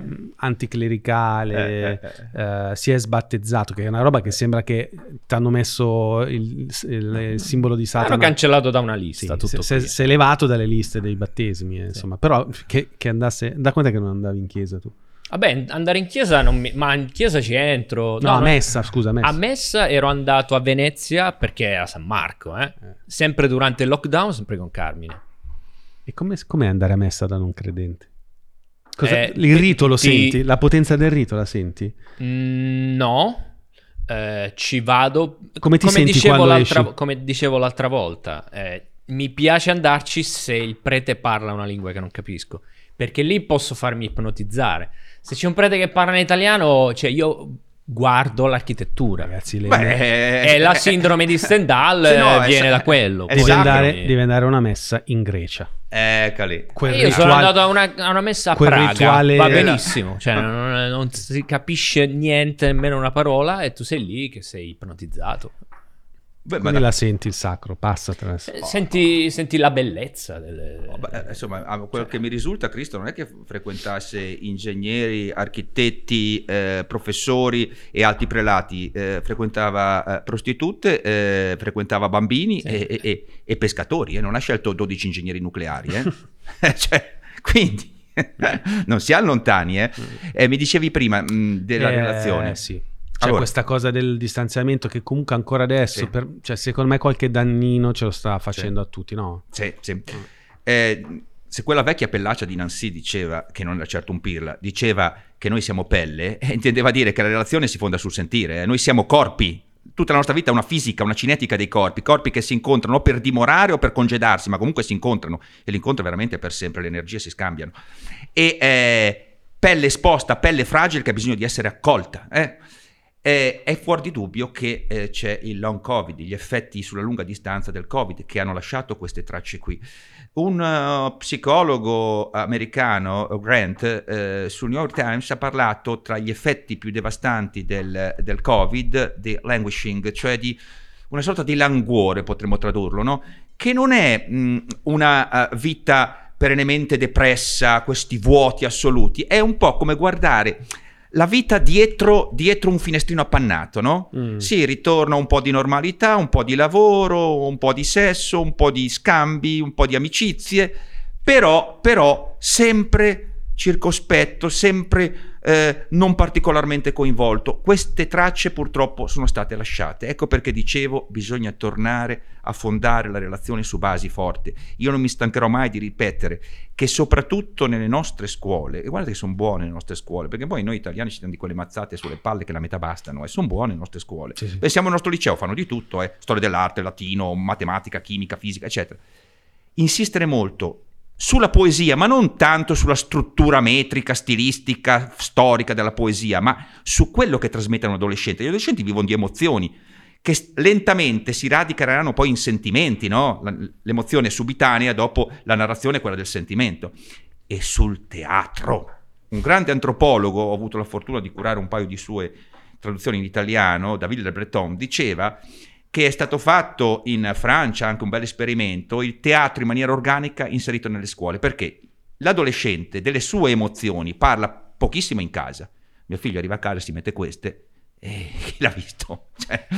anticlericale, Eh, eh, eh, si è sbattezzato, che è una roba che sembra che ti hanno messo il, il- il simbolo di Satana. Hanno cancellato da una Sì, lista tutto si, qui. si è levato dalle liste dei battesimi, eh, insomma. Però che, che andasse... Da quant'è che non andavi in chiesa tu? Vabbè, andare in chiesa non mi... ma in chiesa ci entro. No, a non- messa, scusa, a messa. A messa ero andato a Venezia perché era San Marco, eh. Sempre durante il lockdown, sempre con Carmine. E come com'è andare a messa da non credente? Cosa- Eh, il rito lo ti- senti? La potenza del rito la senti? Mm, no, Eh, ci vado. Come ti senti dicevo quando l'altra, esci? Come dicevo l'altra volta, eh, mi piace andarci se il prete parla una lingua che non capisco, perché lì posso farmi ipnotizzare. Se c'è un prete che parla in italiano, cioè io guardo l'architettura. Ragazzi, le... Beh, E la sindrome di Stendhal Sì, no, eh, è viene sa- da quello. è devi, Poi- sacro. andare, devi andare a una messa in Grecia. Eccoli. Quel Io sono rituale- andato a una, a una messa a quel Praga, rituale- va benissimo, cioè non, non si capisce niente, nemmeno una parola, e tu sei lì che sei ipnotizzato. Beh, ma Quindi da- la senti il sacro, passa attraverso. Eh, Senti, senti la bellezza delle... Oh, beh, insomma, a quello che mi risulta, Cristo non è che frequentasse ingegneri, architetti, eh, professori e alti prelati, eh, frequentava eh, prostitute, eh, frequentava bambini Sì. e, e- e- e pescatori, eh. Non ha scelto dodici ingegneri nucleari, eh. Cioè, quindi non si allontani, eh. Eh, mi dicevi prima mh, della Eh, relazione. Sì. C'è Allora. questa cosa del distanziamento che comunque ancora adesso, Sì. per- cioè secondo me qualche dannino ce lo sta facendo a tutti, no? Sì, sì. Eh, se quella vecchia pellaccia di Nancy diceva, che non era certo un pirla, diceva che noi siamo pelle, eh, intendeva dire che la relazione si fonda sul sentire. eh. Noi siamo corpi. Tutta la nostra vita è una fisica, una cinetica dei corpi, corpi che si incontrano o per dimorare o per congedarsi, ma comunque si incontrano, e l'incontro è veramente per sempre, le energie si scambiano. E eh, pelle esposta, pelle fragile che ha bisogno di essere accolta. Eh? Eh, è fuori di dubbio che eh, c'è il long covid, gli effetti sulla lunga distanza del covid che hanno lasciato queste tracce qui. Un uh, psicologo americano, Grant, eh, sul New York Times ha parlato tra gli effetti più devastanti del, del covid, di languishing, cioè di una sorta di languore, potremmo tradurlo, no? Che non è mh, una uh, vita perennemente depressa, questi vuoti assoluti, è un po' come guardare la vita dietro, dietro un finestrino appannato, no? Mm. Sì, ritorna un po' di normalità, un po' di lavoro, un po' di sesso, un po' di scambi, un po' di amicizie, però, però sempre circospetto, sempre eh, non particolarmente coinvolto. Queste tracce purtroppo sono state lasciate. Ecco perché dicevo, bisogna tornare a fondare la relazione su basi forti. Io non mi stancherò mai di ripetere che soprattutto nelle nostre scuole, e guardate che sono buone le nostre scuole, perché poi noi italiani ci diamo di quelle mazzate sulle palle che la metà bastano, e sono buone le nostre scuole. Sì, sì. Pensiamo al nostro liceo, fanno di tutto, eh, storia dell'arte, latino, matematica, chimica, fisica, eccetera. Insistere molto sulla poesia, ma non tanto sulla struttura metrica, stilistica, storica della poesia, ma su quello che trasmette un adolescente. Gli adolescenti vivono di emozioni che lentamente si radicheranno poi in sentimenti, no? L'emozione è subitanea, dopo la narrazione è quella del sentimento. E sul teatro. Un grande antropologo, ho avuto la fortuna di curare un paio di sue traduzioni in italiano, David Le Breton, diceva che è stato fatto in Francia anche un bel esperimento, il teatro in maniera organica inserito nelle scuole, perché l'adolescente delle sue emozioni parla pochissimo in casa. Mio figlio arriva a casa e si mette queste, e chi l'ha visto? Cioè,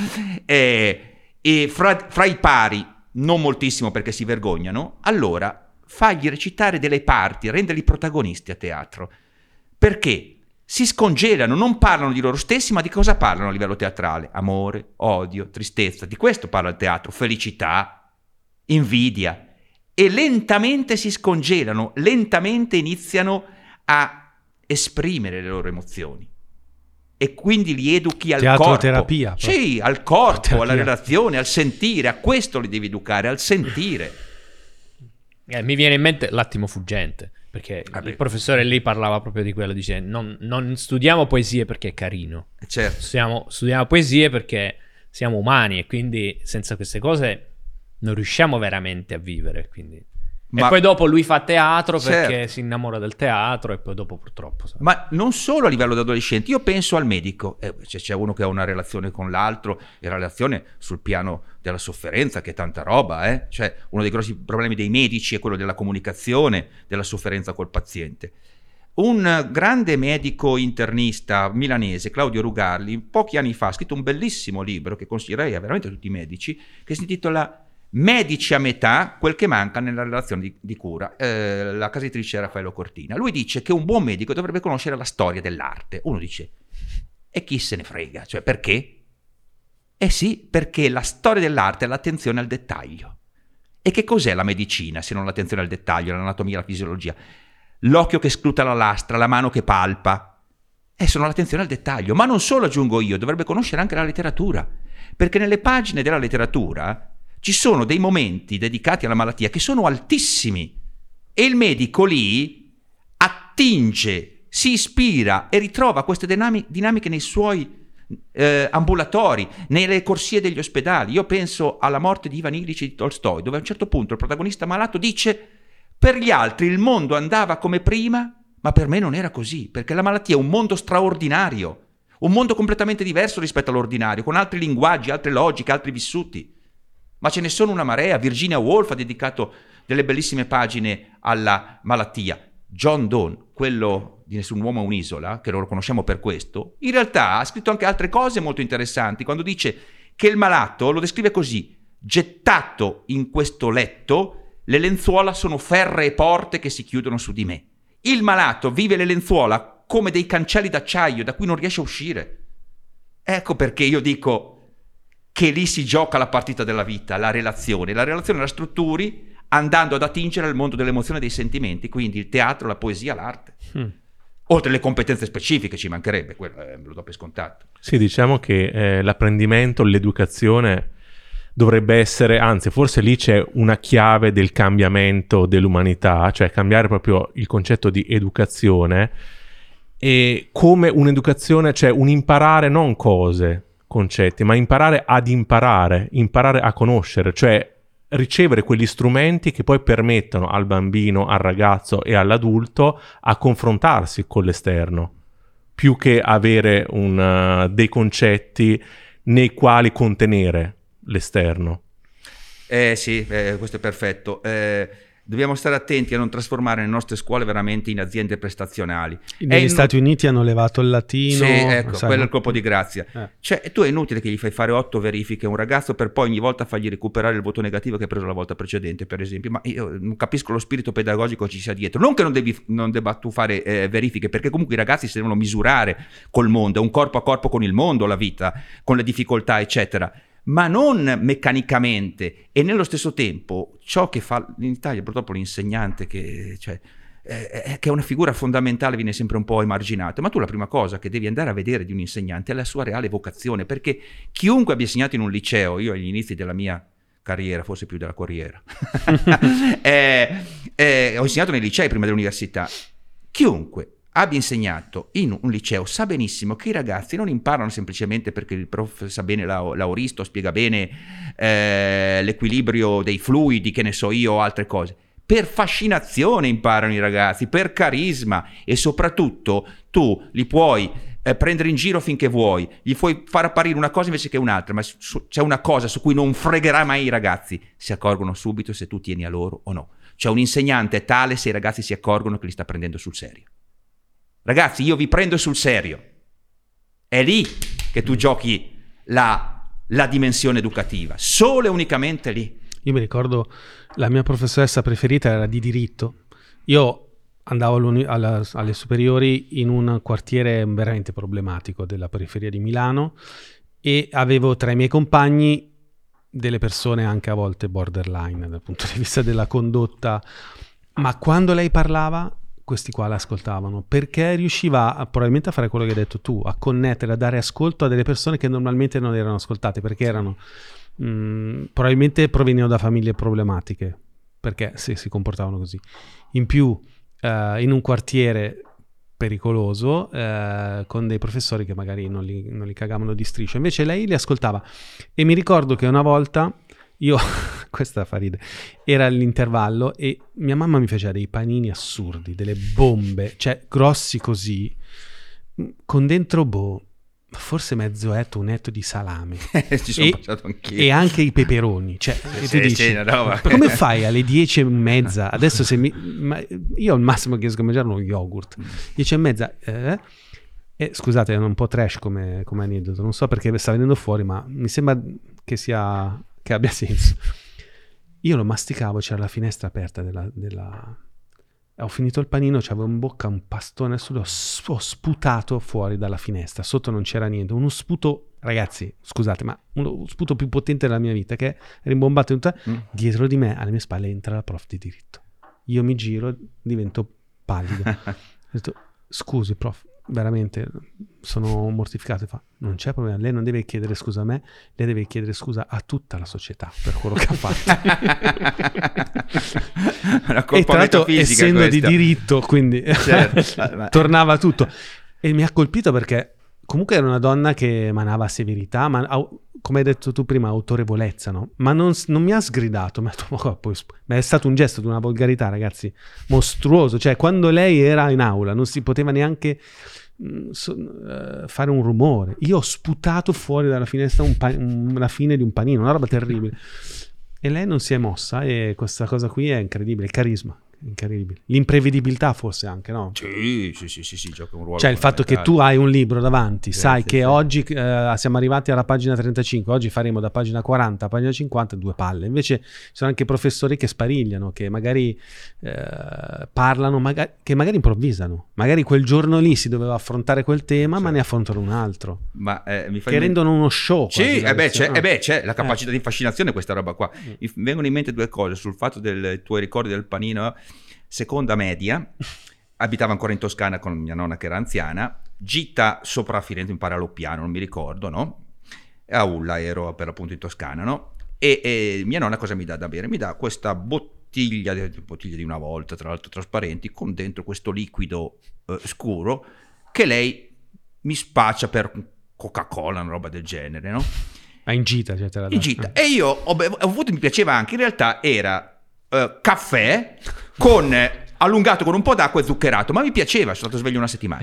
e e fra, fra i pari, non moltissimo perché si vergognano, allora fagli recitare delle parti, renderli protagonisti a teatro, perché si scongelano, non parlano di loro stessi, ma di cosa parlano a livello teatrale? Amore, odio, tristezza, di questo parla il teatro, felicità, invidia, e lentamente si scongelano, lentamente iniziano a esprimere le loro emozioni. E quindi li educhi al teatro corpo. Terapia. Sì, al corpo, terapia. Alla relazione, al sentire, a questo li devi educare, al sentire. Eh, mi viene in mente L'attimo fuggente, perché Vabbè. il professore lì parlava proprio di quello, dice non, non studiamo poesie perché è carino, Certo. studiamo, studiamo poesie perché siamo umani e quindi senza queste cose non riusciamo veramente a vivere, quindi... Ma... E poi dopo lui fa teatro perché certo. si innamora del teatro e poi dopo purtroppo... Sa. Ma non solo a livello di adolescenti, io penso al medico, eh, c'è, c'è uno che ha una relazione con l'altro, e la relazione sul piano della sofferenza, che è tanta roba, eh? Cioè uno dei grossi problemi dei medici è quello della comunicazione, della sofferenza col paziente. Un grande medico internista milanese, Claudio Rugarli, pochi anni fa ha scritto un bellissimo libro che consiglierei a veramente tutti i medici, che si intitola Medici a metà, quel che manca nella relazione di, di cura. Eh, la casa editrice è Raffaello Cortina. Lui dice che un buon medico dovrebbe conoscere la storia dell'arte. Uno dice, e chi se ne frega? Cioè, perché? Eh sì, perché la storia dell'arte è l'attenzione al dettaglio. E che cos'è la medicina se non l'attenzione al dettaglio, l'anatomia, la fisiologia? L'occhio che scruta la lastra, la mano che palpa. E sono l'attenzione al dettaglio. Ma non solo, aggiungo io, dovrebbe conoscere anche la letteratura. Perché nelle pagine della letteratura ci sono dei momenti dedicati alla malattia che sono altissimi, e il medico lì attinge, si ispira e ritrova queste dinam- dinamiche nei suoi eh, ambulatori, nelle corsie degli ospedali. Io penso alla morte di Ivan Illich di Tolstoi, dove a un certo punto il protagonista malato dice: per gli altri il mondo andava come prima, ma per me non era così, perché la malattia è un mondo straordinario, un mondo completamente diverso rispetto all'ordinario, con altri linguaggi, altre logiche, altri vissuti. Ma ce ne sono una marea. Virginia Woolf ha dedicato delle bellissime pagine alla malattia. John Donne, quello di Nessun uomo è un'isola, che lo conosciamo per questo, in realtà ha scritto anche altre cose molto interessanti, quando dice che il malato lo descrive così: gettato in questo letto, le lenzuola sono ferree porte che si chiudono su di me. Il malato vive le lenzuola come dei cancelli d'acciaio da cui non riesce a uscire. Ecco perché io dico che lì si gioca la partita della vita, la relazione. La relazione la strutturi andando ad attingere al mondo dell'emozione e dei sentimenti, quindi il teatro, la poesia, l'arte. Mm. Oltre alle competenze specifiche, ci mancherebbe, quello eh, me lo do per scontato. Sì, diciamo che eh, l'apprendimento, l'educazione dovrebbe essere, anzi forse lì c'è una chiave del cambiamento dell'umanità, cioè cambiare proprio il concetto di educazione e come un'educazione, cioè un imparare non cose, concetti, ma imparare ad imparare, imparare a conoscere, cioè ricevere quegli strumenti che poi permettono al bambino, al ragazzo e all'adulto a confrontarsi con l'esterno, più che avere un, uh, dei concetti nei quali contenere l'esterno. Eh sì, eh, questo è perfetto. Eh, dobbiamo stare attenti a non trasformare le nostre scuole veramente in aziende prestazionali. Negli in... Stati Uniti hanno levato il latino. Sì, ecco, sai, quello è no? il colpo di grazia. Eh. Cioè, tu è inutile che gli fai fare otto verifiche a un ragazzo per poi ogni volta fargli recuperare il voto negativo che ha preso la volta precedente, per esempio. Ma io non capisco lo spirito pedagogico che ci sia dietro. Non che non, devi, non debba tu fare eh, verifiche, perché comunque i ragazzi si devono misurare col mondo, è un corpo a corpo con il mondo, la vita, con le difficoltà, eccetera. Ma non meccanicamente. E nello stesso tempo ciò che fa in Italia purtroppo l'insegnante, che, cioè, eh, che è una figura fondamentale, viene sempre un po' emarginato. Ma tu la prima cosa che devi andare a vedere di un insegnante è la sua reale vocazione, perché chiunque abbia insegnato in un liceo, io agli inizi della mia carriera, forse più della carriera, eh, eh, ho insegnato nei licei prima dell'università, chiunque abbia insegnato in un liceo sa benissimo che i ragazzi non imparano semplicemente perché il prof sa bene la, l'auristo, spiega bene eh, l'equilibrio dei fluidi, che ne so io, o altre cose. Per fascinazione imparano i ragazzi, per carisma, e soprattutto tu li puoi eh, prendere in giro finché vuoi, gli puoi far apparire una cosa invece che un'altra, ma su, c'è una cosa su cui non fregherai mai i ragazzi: si accorgono subito se tu tieni a loro o no. Cioè un insegnante è tale se i ragazzi si accorgono che li sta prendendo sul serio. Ragazzi, io vi prendo sul serio. È lì che tu giochi la, la dimensione educativa, solo e unicamente lì. Io mi ricordo la mia professoressa preferita era di diritto. Io andavo alla, alle superiori in un quartiere veramente problematico della periferia di Milano e avevo tra i miei compagni delle persone anche a volte borderline dal punto di vista della condotta, ma quando lei parlava questi qua l'ascoltavano, perché riusciva a, probabilmente a fare quello che hai detto tu, a connettere, a dare ascolto a delle persone che normalmente non erano ascoltate, perché erano mh, probabilmente provenivano da famiglie problematiche, perché sì, si comportavano così. In più eh, in un quartiere pericoloso, eh, con dei professori che magari non li, non li cagavano di striscio, invece lei li ascoltava. E mi ricordo che una volta io, questa fa ridere, era all'intervallo e mia mamma mi faceva dei panini assurdi, delle bombe, cioè grossi così, con dentro, boh, forse mezzo etto, un etto di salame. Ci sono e, passato anch'io. E anche i peperoni. Cioè, Sì, e sì, tu dici, sì, no, ma come fai alle dieci e mezza? Adesso se mi... Ma io al massimo che riesco a mangiare uno yogurt. Dieci e mezza... Eh? E, scusate, è un po' trash come, come aneddoto, non so perché sta venendo fuori, ma mi sembra che sia... che abbia senso. Io lo masticavo, c'era la finestra aperta della, della... ho finito il panino, c'avevo in bocca un pastone assurdo, ho sputato fuori dalla finestra, sotto non c'era niente, uno sputo, ragazzi, scusate, ma uno sputo più potente della mia vita, che è rimbombato in tutta... mm. Dietro di me, alle mie spalle, entra la prof di diritto. Io mi giro, divento pallido. Ho detto, scusi prof, veramente sono mortificato. Fa, non c'è problema, lei non deve chiedere scusa a me, lei deve chiedere scusa a tutta la società per quello che ha fatto. Una e tra l'altro essendo questa. di diritto, quindi certo. tornava tutto, e mi ha colpito perché comunque era una donna che emanava severità, ma come hai detto tu prima, autorevolezza, no? Ma non, non mi ha sgridato, ma è stato un gesto di una volgarità, ragazzi, mostruoso. Cioè, quando lei era in aula non si poteva neanche mh, so, uh, fare un rumore. Io ho sputato fuori dalla finestra un pa- un, la fine di un panino, una roba terribile. E lei non si è mossa, e questa cosa qui è incredibile, il carisma. Incredibile. L'imprevedibilità forse anche, no? Sì, sì, sì, sì, sì, gioca un ruolo. Cioè il fatto che tu hai un libro davanti, sì, sai sì, che sì. Oggi eh, siamo arrivati alla pagina trentacinque, oggi faremo da pagina quaranta a pagina cinquanta due palle. Invece ci sono anche professori che sparigliano, che magari eh, parlano, magari, che magari improvvisano. Magari quel giorno lì si doveva affrontare quel tema, certo. Ma ne affrontano un altro. Ma eh, mi fa che in rendono uno show. Sì, eh beh, c'è, eh beh, c'è la capacità eh. di fascinazione, questa roba qua. Mm. Mi vengono in mente due cose sul fatto dei tuoi ricordi del panino. Seconda media, abitavo ancora in Toscana con mia nonna che era anziana, gita sopra Firenze, mi pare a Loppiano, non mi ricordo, no? A Ulla ero per l'appunto in Toscana, no? E, e mia nonna cosa mi dà da bere? Mi dà questa bottiglia, bottiglia di una volta, tra l'altro trasparenti, con dentro questo liquido eh, scuro, che lei mi spaccia per Coca-Cola, una roba del genere, no? Ah, in gita, cioè te la In gita. E io ho, bev- ho avuto, mi piaceva anche, in realtà era uh, caffè con eh, allungato con un po' d'acqua e zuccherato, ma mi piaceva, sono stato sveglio una settimana.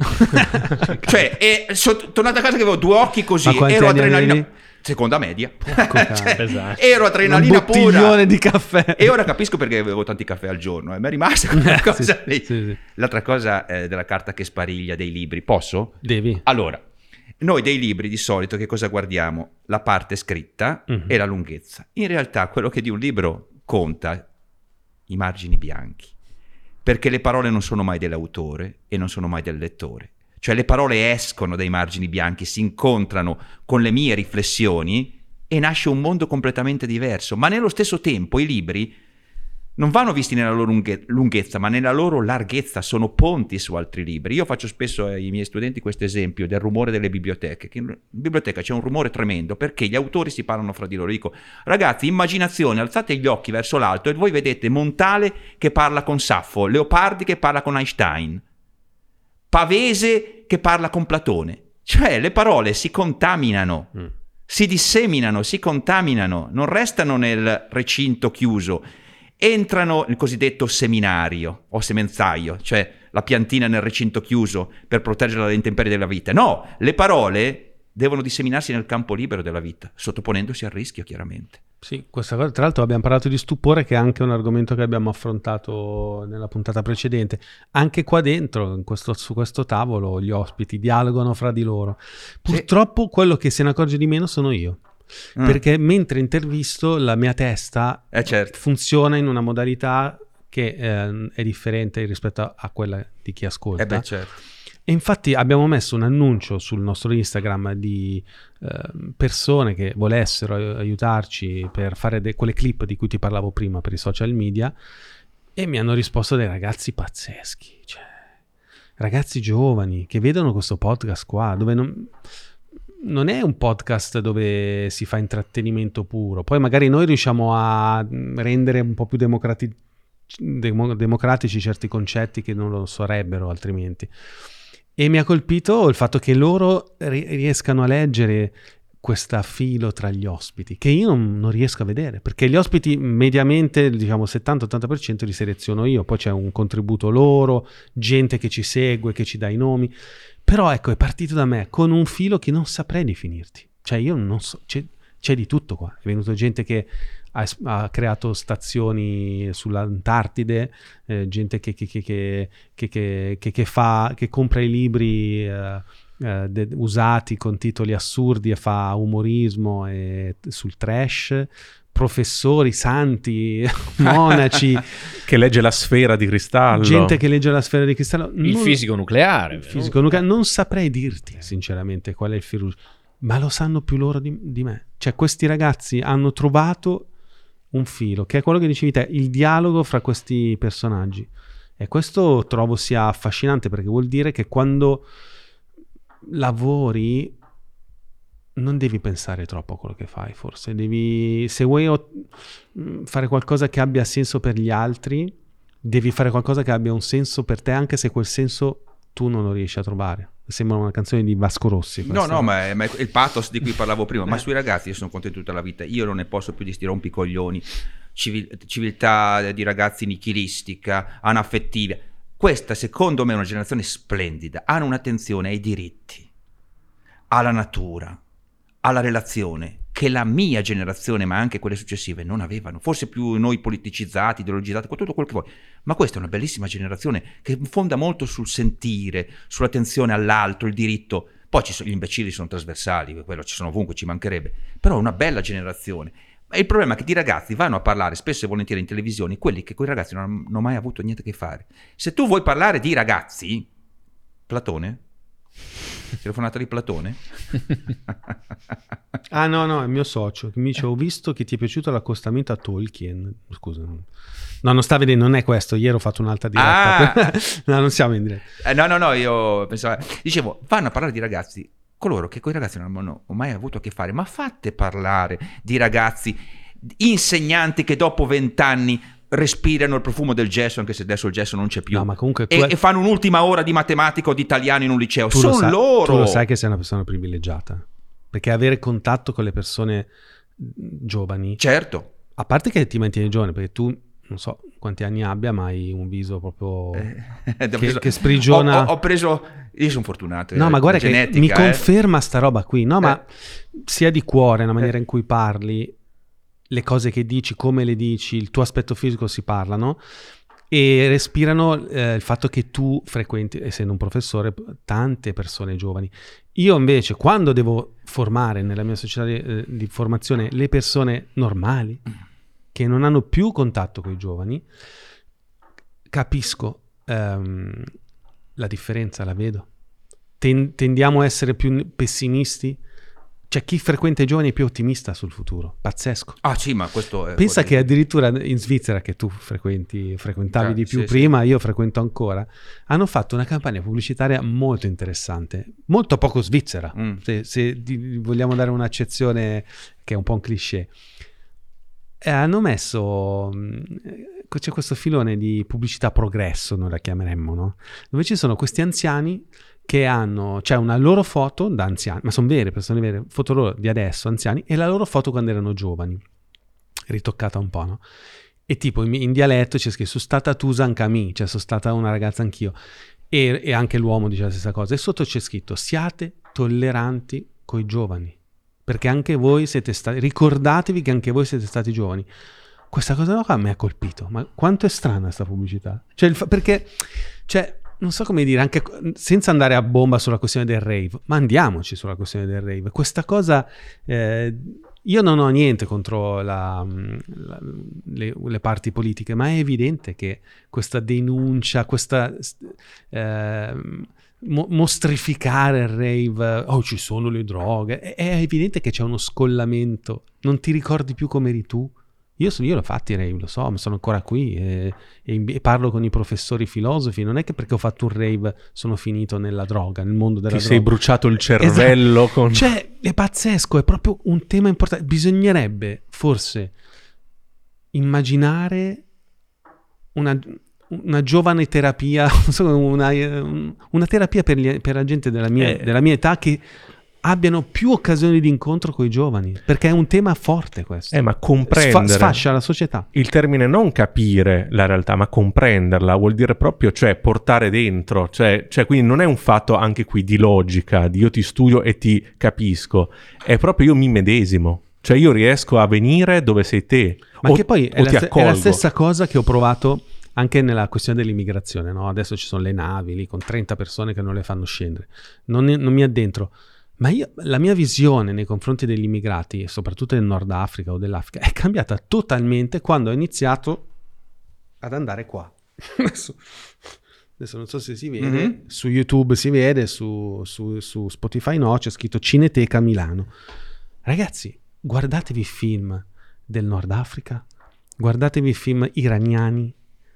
Cioè, e sono tornato a casa che avevo due occhi così, Ma quanti ero anni adrenalina, avevi? seconda media. Cioè, Cioè, esatto. ero adrenalina un bottiglione pura. di caffè. E ora capisco perché avevo tanti caffè al giorno, eh. Mi è rimasta quella cosa Sì, lì. sì, sì. L'altra cosa eh, della carta che spariglia dei libri, posso? Devi. Allora, noi dei libri di solito che cosa guardiamo? La parte scritta Mhm. e la lunghezza. In realtà quello che di un libro conta i margini bianchi, perché le parole non sono mai dell'autore e non sono mai del lettore. Cioè le parole escono dai margini bianchi, si incontrano con le mie riflessioni e nasce un mondo completamente diverso. Ma nello stesso tempo i libri non vanno visti nella loro lunghe- lunghezza, ma nella loro larghezza, sono ponti su altri libri. Io faccio spesso ai miei studenti questo esempio del rumore delle biblioteche, che in biblioteca c'è un rumore tremendo perché gli autori si parlano fra di loro. Dico, ragazzi, immaginazione, alzate gli occhi verso l'alto e voi vedete Montale che parla con Saffo, Leopardi che parla con Einstein, Pavese che parla con Platone. Cioè le parole si contaminano, Mm. si disseminano, si contaminano, non restano nel recinto chiuso, entrano nel cosiddetto seminario o semenzaio, cioè la piantina nel recinto chiuso per proteggere dalle intemperie della vita. No, le parole devono disseminarsi nel campo libero della vita, sottoponendosi al rischio, chiaramente. Sì, questa cosa, tra l'altro abbiamo parlato di stupore, che è anche un argomento che abbiamo affrontato nella puntata precedente. Anche qua dentro, in questo, su questo tavolo, gli ospiti dialogano fra di loro. Purtroppo quello che se ne accorge di meno sono io. Mm. Perché mentre intervisto la mia testa Eh certo. funziona in una modalità che eh, è differente rispetto a, a quella di chi ascolta. Eh beh, certo. E infatti abbiamo messo un annuncio sul nostro Instagram di eh, persone che volessero ai- aiutarci per fare de- quelle clip di cui ti parlavo prima per i social media, e mi hanno risposto dei ragazzi pazzeschi, cioè ragazzi giovani che vedono questo podcast qua, dove non, non è un podcast dove si fa intrattenimento puro. Poi magari noi riusciamo a rendere un po' più democrati- demo- democratici certi concetti che non lo sarebbero altrimenti. E mi ha colpito il fatto che loro ri- riescano a leggere questo filo tra gli ospiti, che io non, non riesco a vedere, perché gli ospiti mediamente, diciamo settanta ottanta per cento li seleziono io, poi c'è un contributo loro, gente che ci segue, che ci dà i nomi, però ecco, è partito da me con un filo che non saprei definirti, cioè io non so, c'è, c'è di tutto qua, è venuto gente che ha, es- ha creato stazioni sull'Antartide, eh, gente che, che, che, che, che, che, che, che fa, che compra i libri eh, eh, de- usati con titoli assurdi e fa umorismo e, sul trash, professori, santi, monaci, Che legge la sfera di cristallo. gente che legge la sfera di cristallo. Il Non- fisico nucleare. il fisico nucleare. Non saprei dirti sinceramente qual è il fil rouge, ma lo sanno più loro di, di me. Cioè questi ragazzi hanno trovato un filo, che è quello che dicevi te, il dialogo fra questi personaggi, e questo trovo sia affascinante, perché vuol dire che quando lavori non devi pensare troppo a quello che fai, forse devi, se vuoi o- fare qualcosa che abbia senso per gli altri, devi fare qualcosa che abbia un senso per te, anche se quel senso tu non lo riesci a trovare. Sembra una canzone di Vasco Rossi No, questa. no, ma è, ma è il pathos di cui parlavo prima. Ma sui ragazzi io sono contento tutta la vita. Io non ne posso più di sti rompicoglioni, civil- civiltà di ragazzi nichilistica, anaffettiva. Questa, secondo me, è una generazione splendida. Hanno un'attenzione ai diritti, alla natura, alla relazione, che la mia generazione, ma anche quelle successive, non avevano. Forse più noi politicizzati, ideologizzati, tutto quello che vuoi. Ma questa è una bellissima generazione che fonda molto sul sentire, sull'attenzione all'altro, il diritto. Poi ci sono, gli imbecilli sono trasversali, quello ci sono ovunque, ci mancherebbe. Però è una bella generazione. Ma il problema è che di ragazzi vanno a parlare spesso e volentieri in televisione quelli che con i ragazzi non hanno mai avuto niente a che fare. Se tu vuoi parlare di ragazzi, Platone? Telefonata di Platone? Ah no, no, è il mio socio che mi dice: ho visto che ti è piaciuto l'accostamento a Tolkien. Scusa, no, non sta vedendo, non è questo. Ieri ho fatto un'altra diretta. Ah! No, non siamo in diretta. Eh, no, no, no, io pensavo... Dicevo, vanno a parlare di ragazzi, coloro che con i ragazzi non hanno mai avuto a che fare, ma fate parlare di ragazzi, insegnanti che dopo vent'anni respirano il profumo del gesso, anche se adesso il gesso non c'è più, No, ma comunque tu e, hai- e fanno un'ultima ora di matematica o di italiano in un liceo. Tu lo Sono sai- loro. Tu lo sai che sei una persona privilegiata, perché avere contatto con le persone giovani, Certo. a parte che ti mantieni giovane, perché tu non so quanti anni abbia, ma hai un viso proprio Eh, che, che sprigiona. Ho, ho- ho preso. Io sono fortunato. No, eh, ma guarda che genetica, mi eh. conferma sta roba qui, no, ma Eh. sia di cuore, la maniera Eh. in cui parli, le cose che dici, come le dici, il tuo aspetto fisico si parlano e respirano eh, il fatto che tu frequenti, essendo un professore, tante persone giovani. Io invece, quando devo formare nella mia società di, eh, di formazione le persone normali, che non hanno più contatto con i giovani, capisco ehm, la differenza, la vedo. Ten- tendiamo a essere più pessimisti. C'è chi frequenta i giovani è più ottimista sul futuro. Pazzesco. Ah, sì, ma questo è. Pensa fuori- che addirittura in Svizzera, che tu frequenti, frequentavi Ah, di più sì, prima, io frequento ancora, hanno fatto una campagna pubblicitaria molto interessante, molto poco svizzera, Mm. se, se di- vogliamo dare un'accezione che è un po' un cliché. E hanno messo, mh, c'è questo filone di pubblicità progresso, noi la chiameremmo, no? Dove ci sono questi anziani che hanno, c'è una loro foto da anziani, ma sono vere, persone vere, foto loro di adesso, anziani, e la loro foto quando erano giovani, ritoccata un po', no? E tipo in, in dialetto c'è scritto, sono stata tu anche me, cioè sono stata una ragazza anch'io, e, e anche l'uomo dice la stessa cosa, e sotto c'è scritto, siate tolleranti coi giovani, perché anche voi siete stati, ricordatevi che anche voi siete stati giovani. Questa cosa qua mi ha colpito, ma quanto è strana questa pubblicità, cioè il fa- perché, cioè, non so come dire, anche senza andare a bomba sulla questione del rave, ma andiamoci sulla questione del rave. Questa cosa, eh, io non ho niente contro la, la, le, le parti politiche, ma è evidente che questa denuncia, questa eh, mo- mostrificare il rave, oh ci sono le droghe, è, è evidente che c'è uno scollamento, non ti ricordi più come eri tu. Io, sono, io l'ho fatto i rave, lo so, ma sono ancora qui e, e, e parlo con i professori filosofi. Non è che perché ho fatto un rave sono finito nella droga, nel mondo della Ti droga. sei bruciato il cervello Esatto. con... Cioè, è pazzesco, è proprio un tema importante. Bisognerebbe forse immaginare una, una giovane terapia, non so, una, una terapia per, gli, per la gente della mia, Eh. della mia età che abbiano più occasioni di incontro con i giovani, perché è un tema forte questo. Eh, ma comprendere... Sfa- sfascia la società. Il termine non capire la realtà, ma comprenderla, vuol dire proprio, cioè, portare dentro. Cioè, cioè, quindi non è un fatto anche qui di logica, di io ti studio e ti capisco. È proprio io mi medesimo. Cioè, io riesco a venire dove sei te. Ma o, che poi è o la, ti st- è accolgo. la stessa cosa che ho provato anche nella questione dell'immigrazione, no? Adesso ci sono le navi lì con trenta persone che non le fanno scendere. Non, non mi addentro. Ma io, la mia visione nei confronti degli immigrati, e soprattutto del Nord Africa o dell'Africa, è cambiata totalmente quando ho iniziato ad andare qua. adesso, adesso non so se si vede, Mm-hmm. su YouTube si vede, su, su, su Spotify no, c'è scritto Cineteca Milano. Ragazzi, guardatevi film del Nord Africa, guardatevi film iraniani,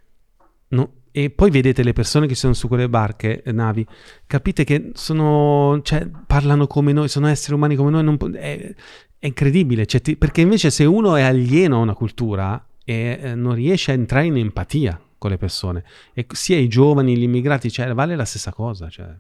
no, e poi vedete le persone che sono su quelle barche, eh, navi, capite che sono, cioè, parlano come noi, sono esseri umani come noi, non po- è, è incredibile, cioè, ti- perché invece se uno è alieno a una cultura e eh, non riesce a entrare in empatia con le persone, e sia i giovani, gli immigrati, cioè, vale la stessa cosa, cioè.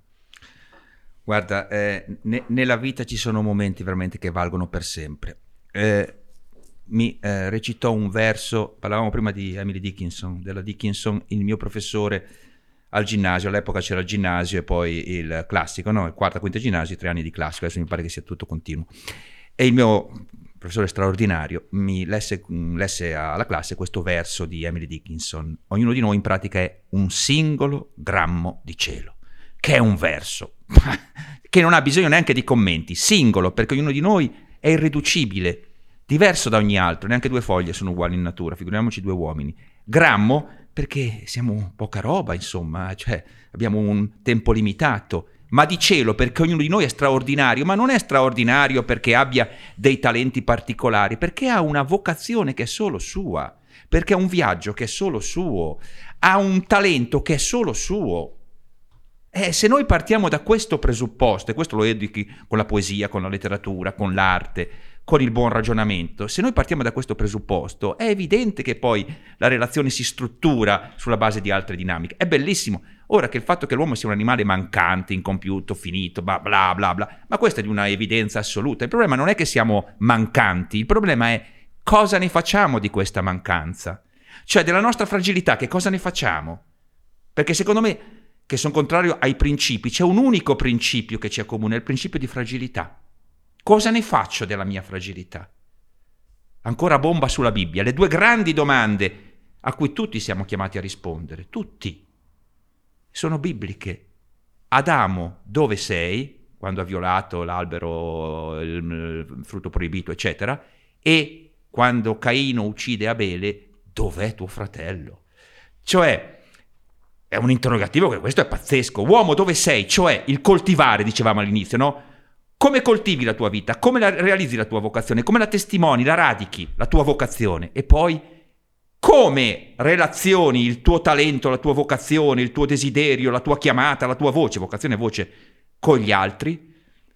Guarda, eh, ne- nella vita ci sono momenti veramente che valgono per sempre. Eh, mi eh, recitò un verso, parlavamo prima di Emily Dickinson, della Dickinson, il mio professore al ginnasio, all'epoca c'era il ginnasio e poi il classico, no? Il quarto, quinto ginnasio, tre anni di classico, adesso mi pare che sia tutto continuo. E il mio professore straordinario mi lesse, lesse alla classe questo verso di Emily Dickinson: ognuno di noi in pratica è un singolo grammo di cielo, che è un verso che non ha bisogno neanche di commenti, singolo, perché ognuno di noi è irriducibile, diverso da ogni altro, neanche due foglie sono uguali in natura, figuriamoci due uomini. Grammo perché siamo poca roba, insomma, cioè abbiamo un tempo limitato, ma di cielo perché ognuno di noi è straordinario, ma non è straordinario perché abbia dei talenti particolari, perché ha una vocazione che è solo sua, perché ha un viaggio che è solo suo, ha un talento che è solo suo. Eh, se noi partiamo da questo presupposto, e questo lo educhi con la poesia, con la letteratura, con l'arte, con il buon ragionamento, se noi partiamo da questo presupposto, è evidente che poi la relazione si struttura sulla base di altre dinamiche. È bellissimo. Ora che il fatto che l'uomo sia un animale mancante, incompiuto, finito, bla bla bla bla, ma questa è di una evidenza assoluta. Il problema non è che siamo mancanti, il problema è cosa ne facciamo di questa mancanza. Cioè della nostra fragilità, che cosa ne facciamo? Perché secondo me, che sono contrario ai principi, c'è un unico principio che ci accomuna, è il principio di fragilità. Cosa ne faccio della mia fragilità? Ancora bomba sulla Bibbia, le due grandi domande a cui tutti siamo chiamati a rispondere, tutti, sono bibliche. Adamo, dove sei? Quando ha violato l'albero, il frutto proibito, eccetera, e quando Caino uccide Abele, dov'è tuo fratello? Cioè, è un interrogativo che questo è pazzesco. Uomo, dove sei? Cioè, il coltivare, dicevamo all'inizio, no? Come coltivi la tua vita? Come la realizzi la tua vocazione? Come la testimoni, la radichi, la tua vocazione? E poi, come relazioni il tuo talento, la tua vocazione, il tuo desiderio, la tua chiamata, la tua voce, vocazione e voce, con gli altri?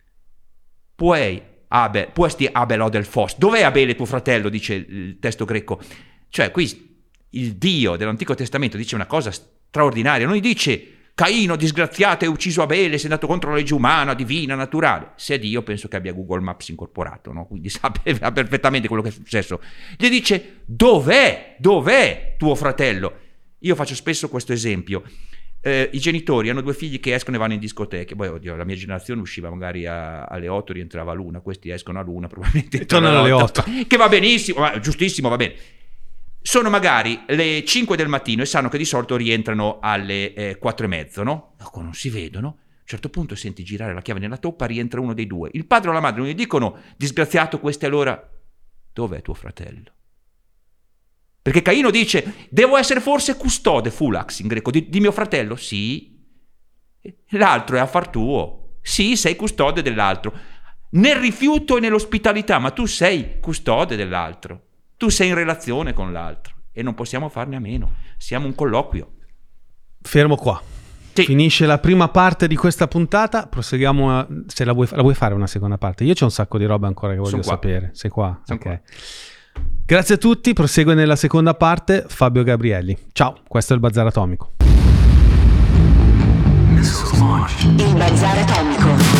Puoi, Abel, puesti Abel o del Fos. Dov'è Abele tuo fratello? Dice il testo greco. Cioè, qui il Dio dell'Antico Testamento dice una cosa straordinaria. Non gli dice Caino, disgraziato, hai ucciso Abele, sei andato contro la legge umana, divina, naturale. Se è Dio, penso che abbia Google Maps incorporato, no? Quindi sapeva perfettamente quello che è successo. Gli dice, dov'è? Dov'è tuo fratello? Io faccio spesso questo esempio. Eh, I genitori hanno due figli che escono e vanno in discoteche. Poi, oddio, la mia generazione usciva magari a, alle otto, rientrava a l'una. Questi escono a l'una, probabilmente tornano alle otto. Che va benissimo, va, giustissimo, va bene. Sono magari le cinque del mattino e sanno che di solito rientrano alle eh, quattro e mezzo, no? Ecco, non si vedono. A un certo punto senti girare la chiave nella toppa, rientra uno dei due. Il padre o la madre non gli dicono, disgraziato, queste allora, dov'è tuo fratello? Perché Caino dice, devo essere forse custode, fulax in greco, di, di mio fratello? Sì. L'altro è affar tuo. Sì, sei custode dell'altro. Nel rifiuto e nell'ospitalità, ma tu sei custode dell'altro. Tu sei in relazione con l'altro e non possiamo farne a meno. Siamo un colloquio. Fermo qua. Sì. Finisce la prima parte di questa puntata. Proseguiamo. A... Se la vuoi, la vuoi fare una seconda parte? Io c'ho un sacco di roba ancora che voglio sapere. Sei qua? Sono ok. Qua. Grazie a tutti. Prosegue nella seconda parte Fabio Gabrielli. Ciao, questo è il Bazar Atomico. Il Bazar Atomico.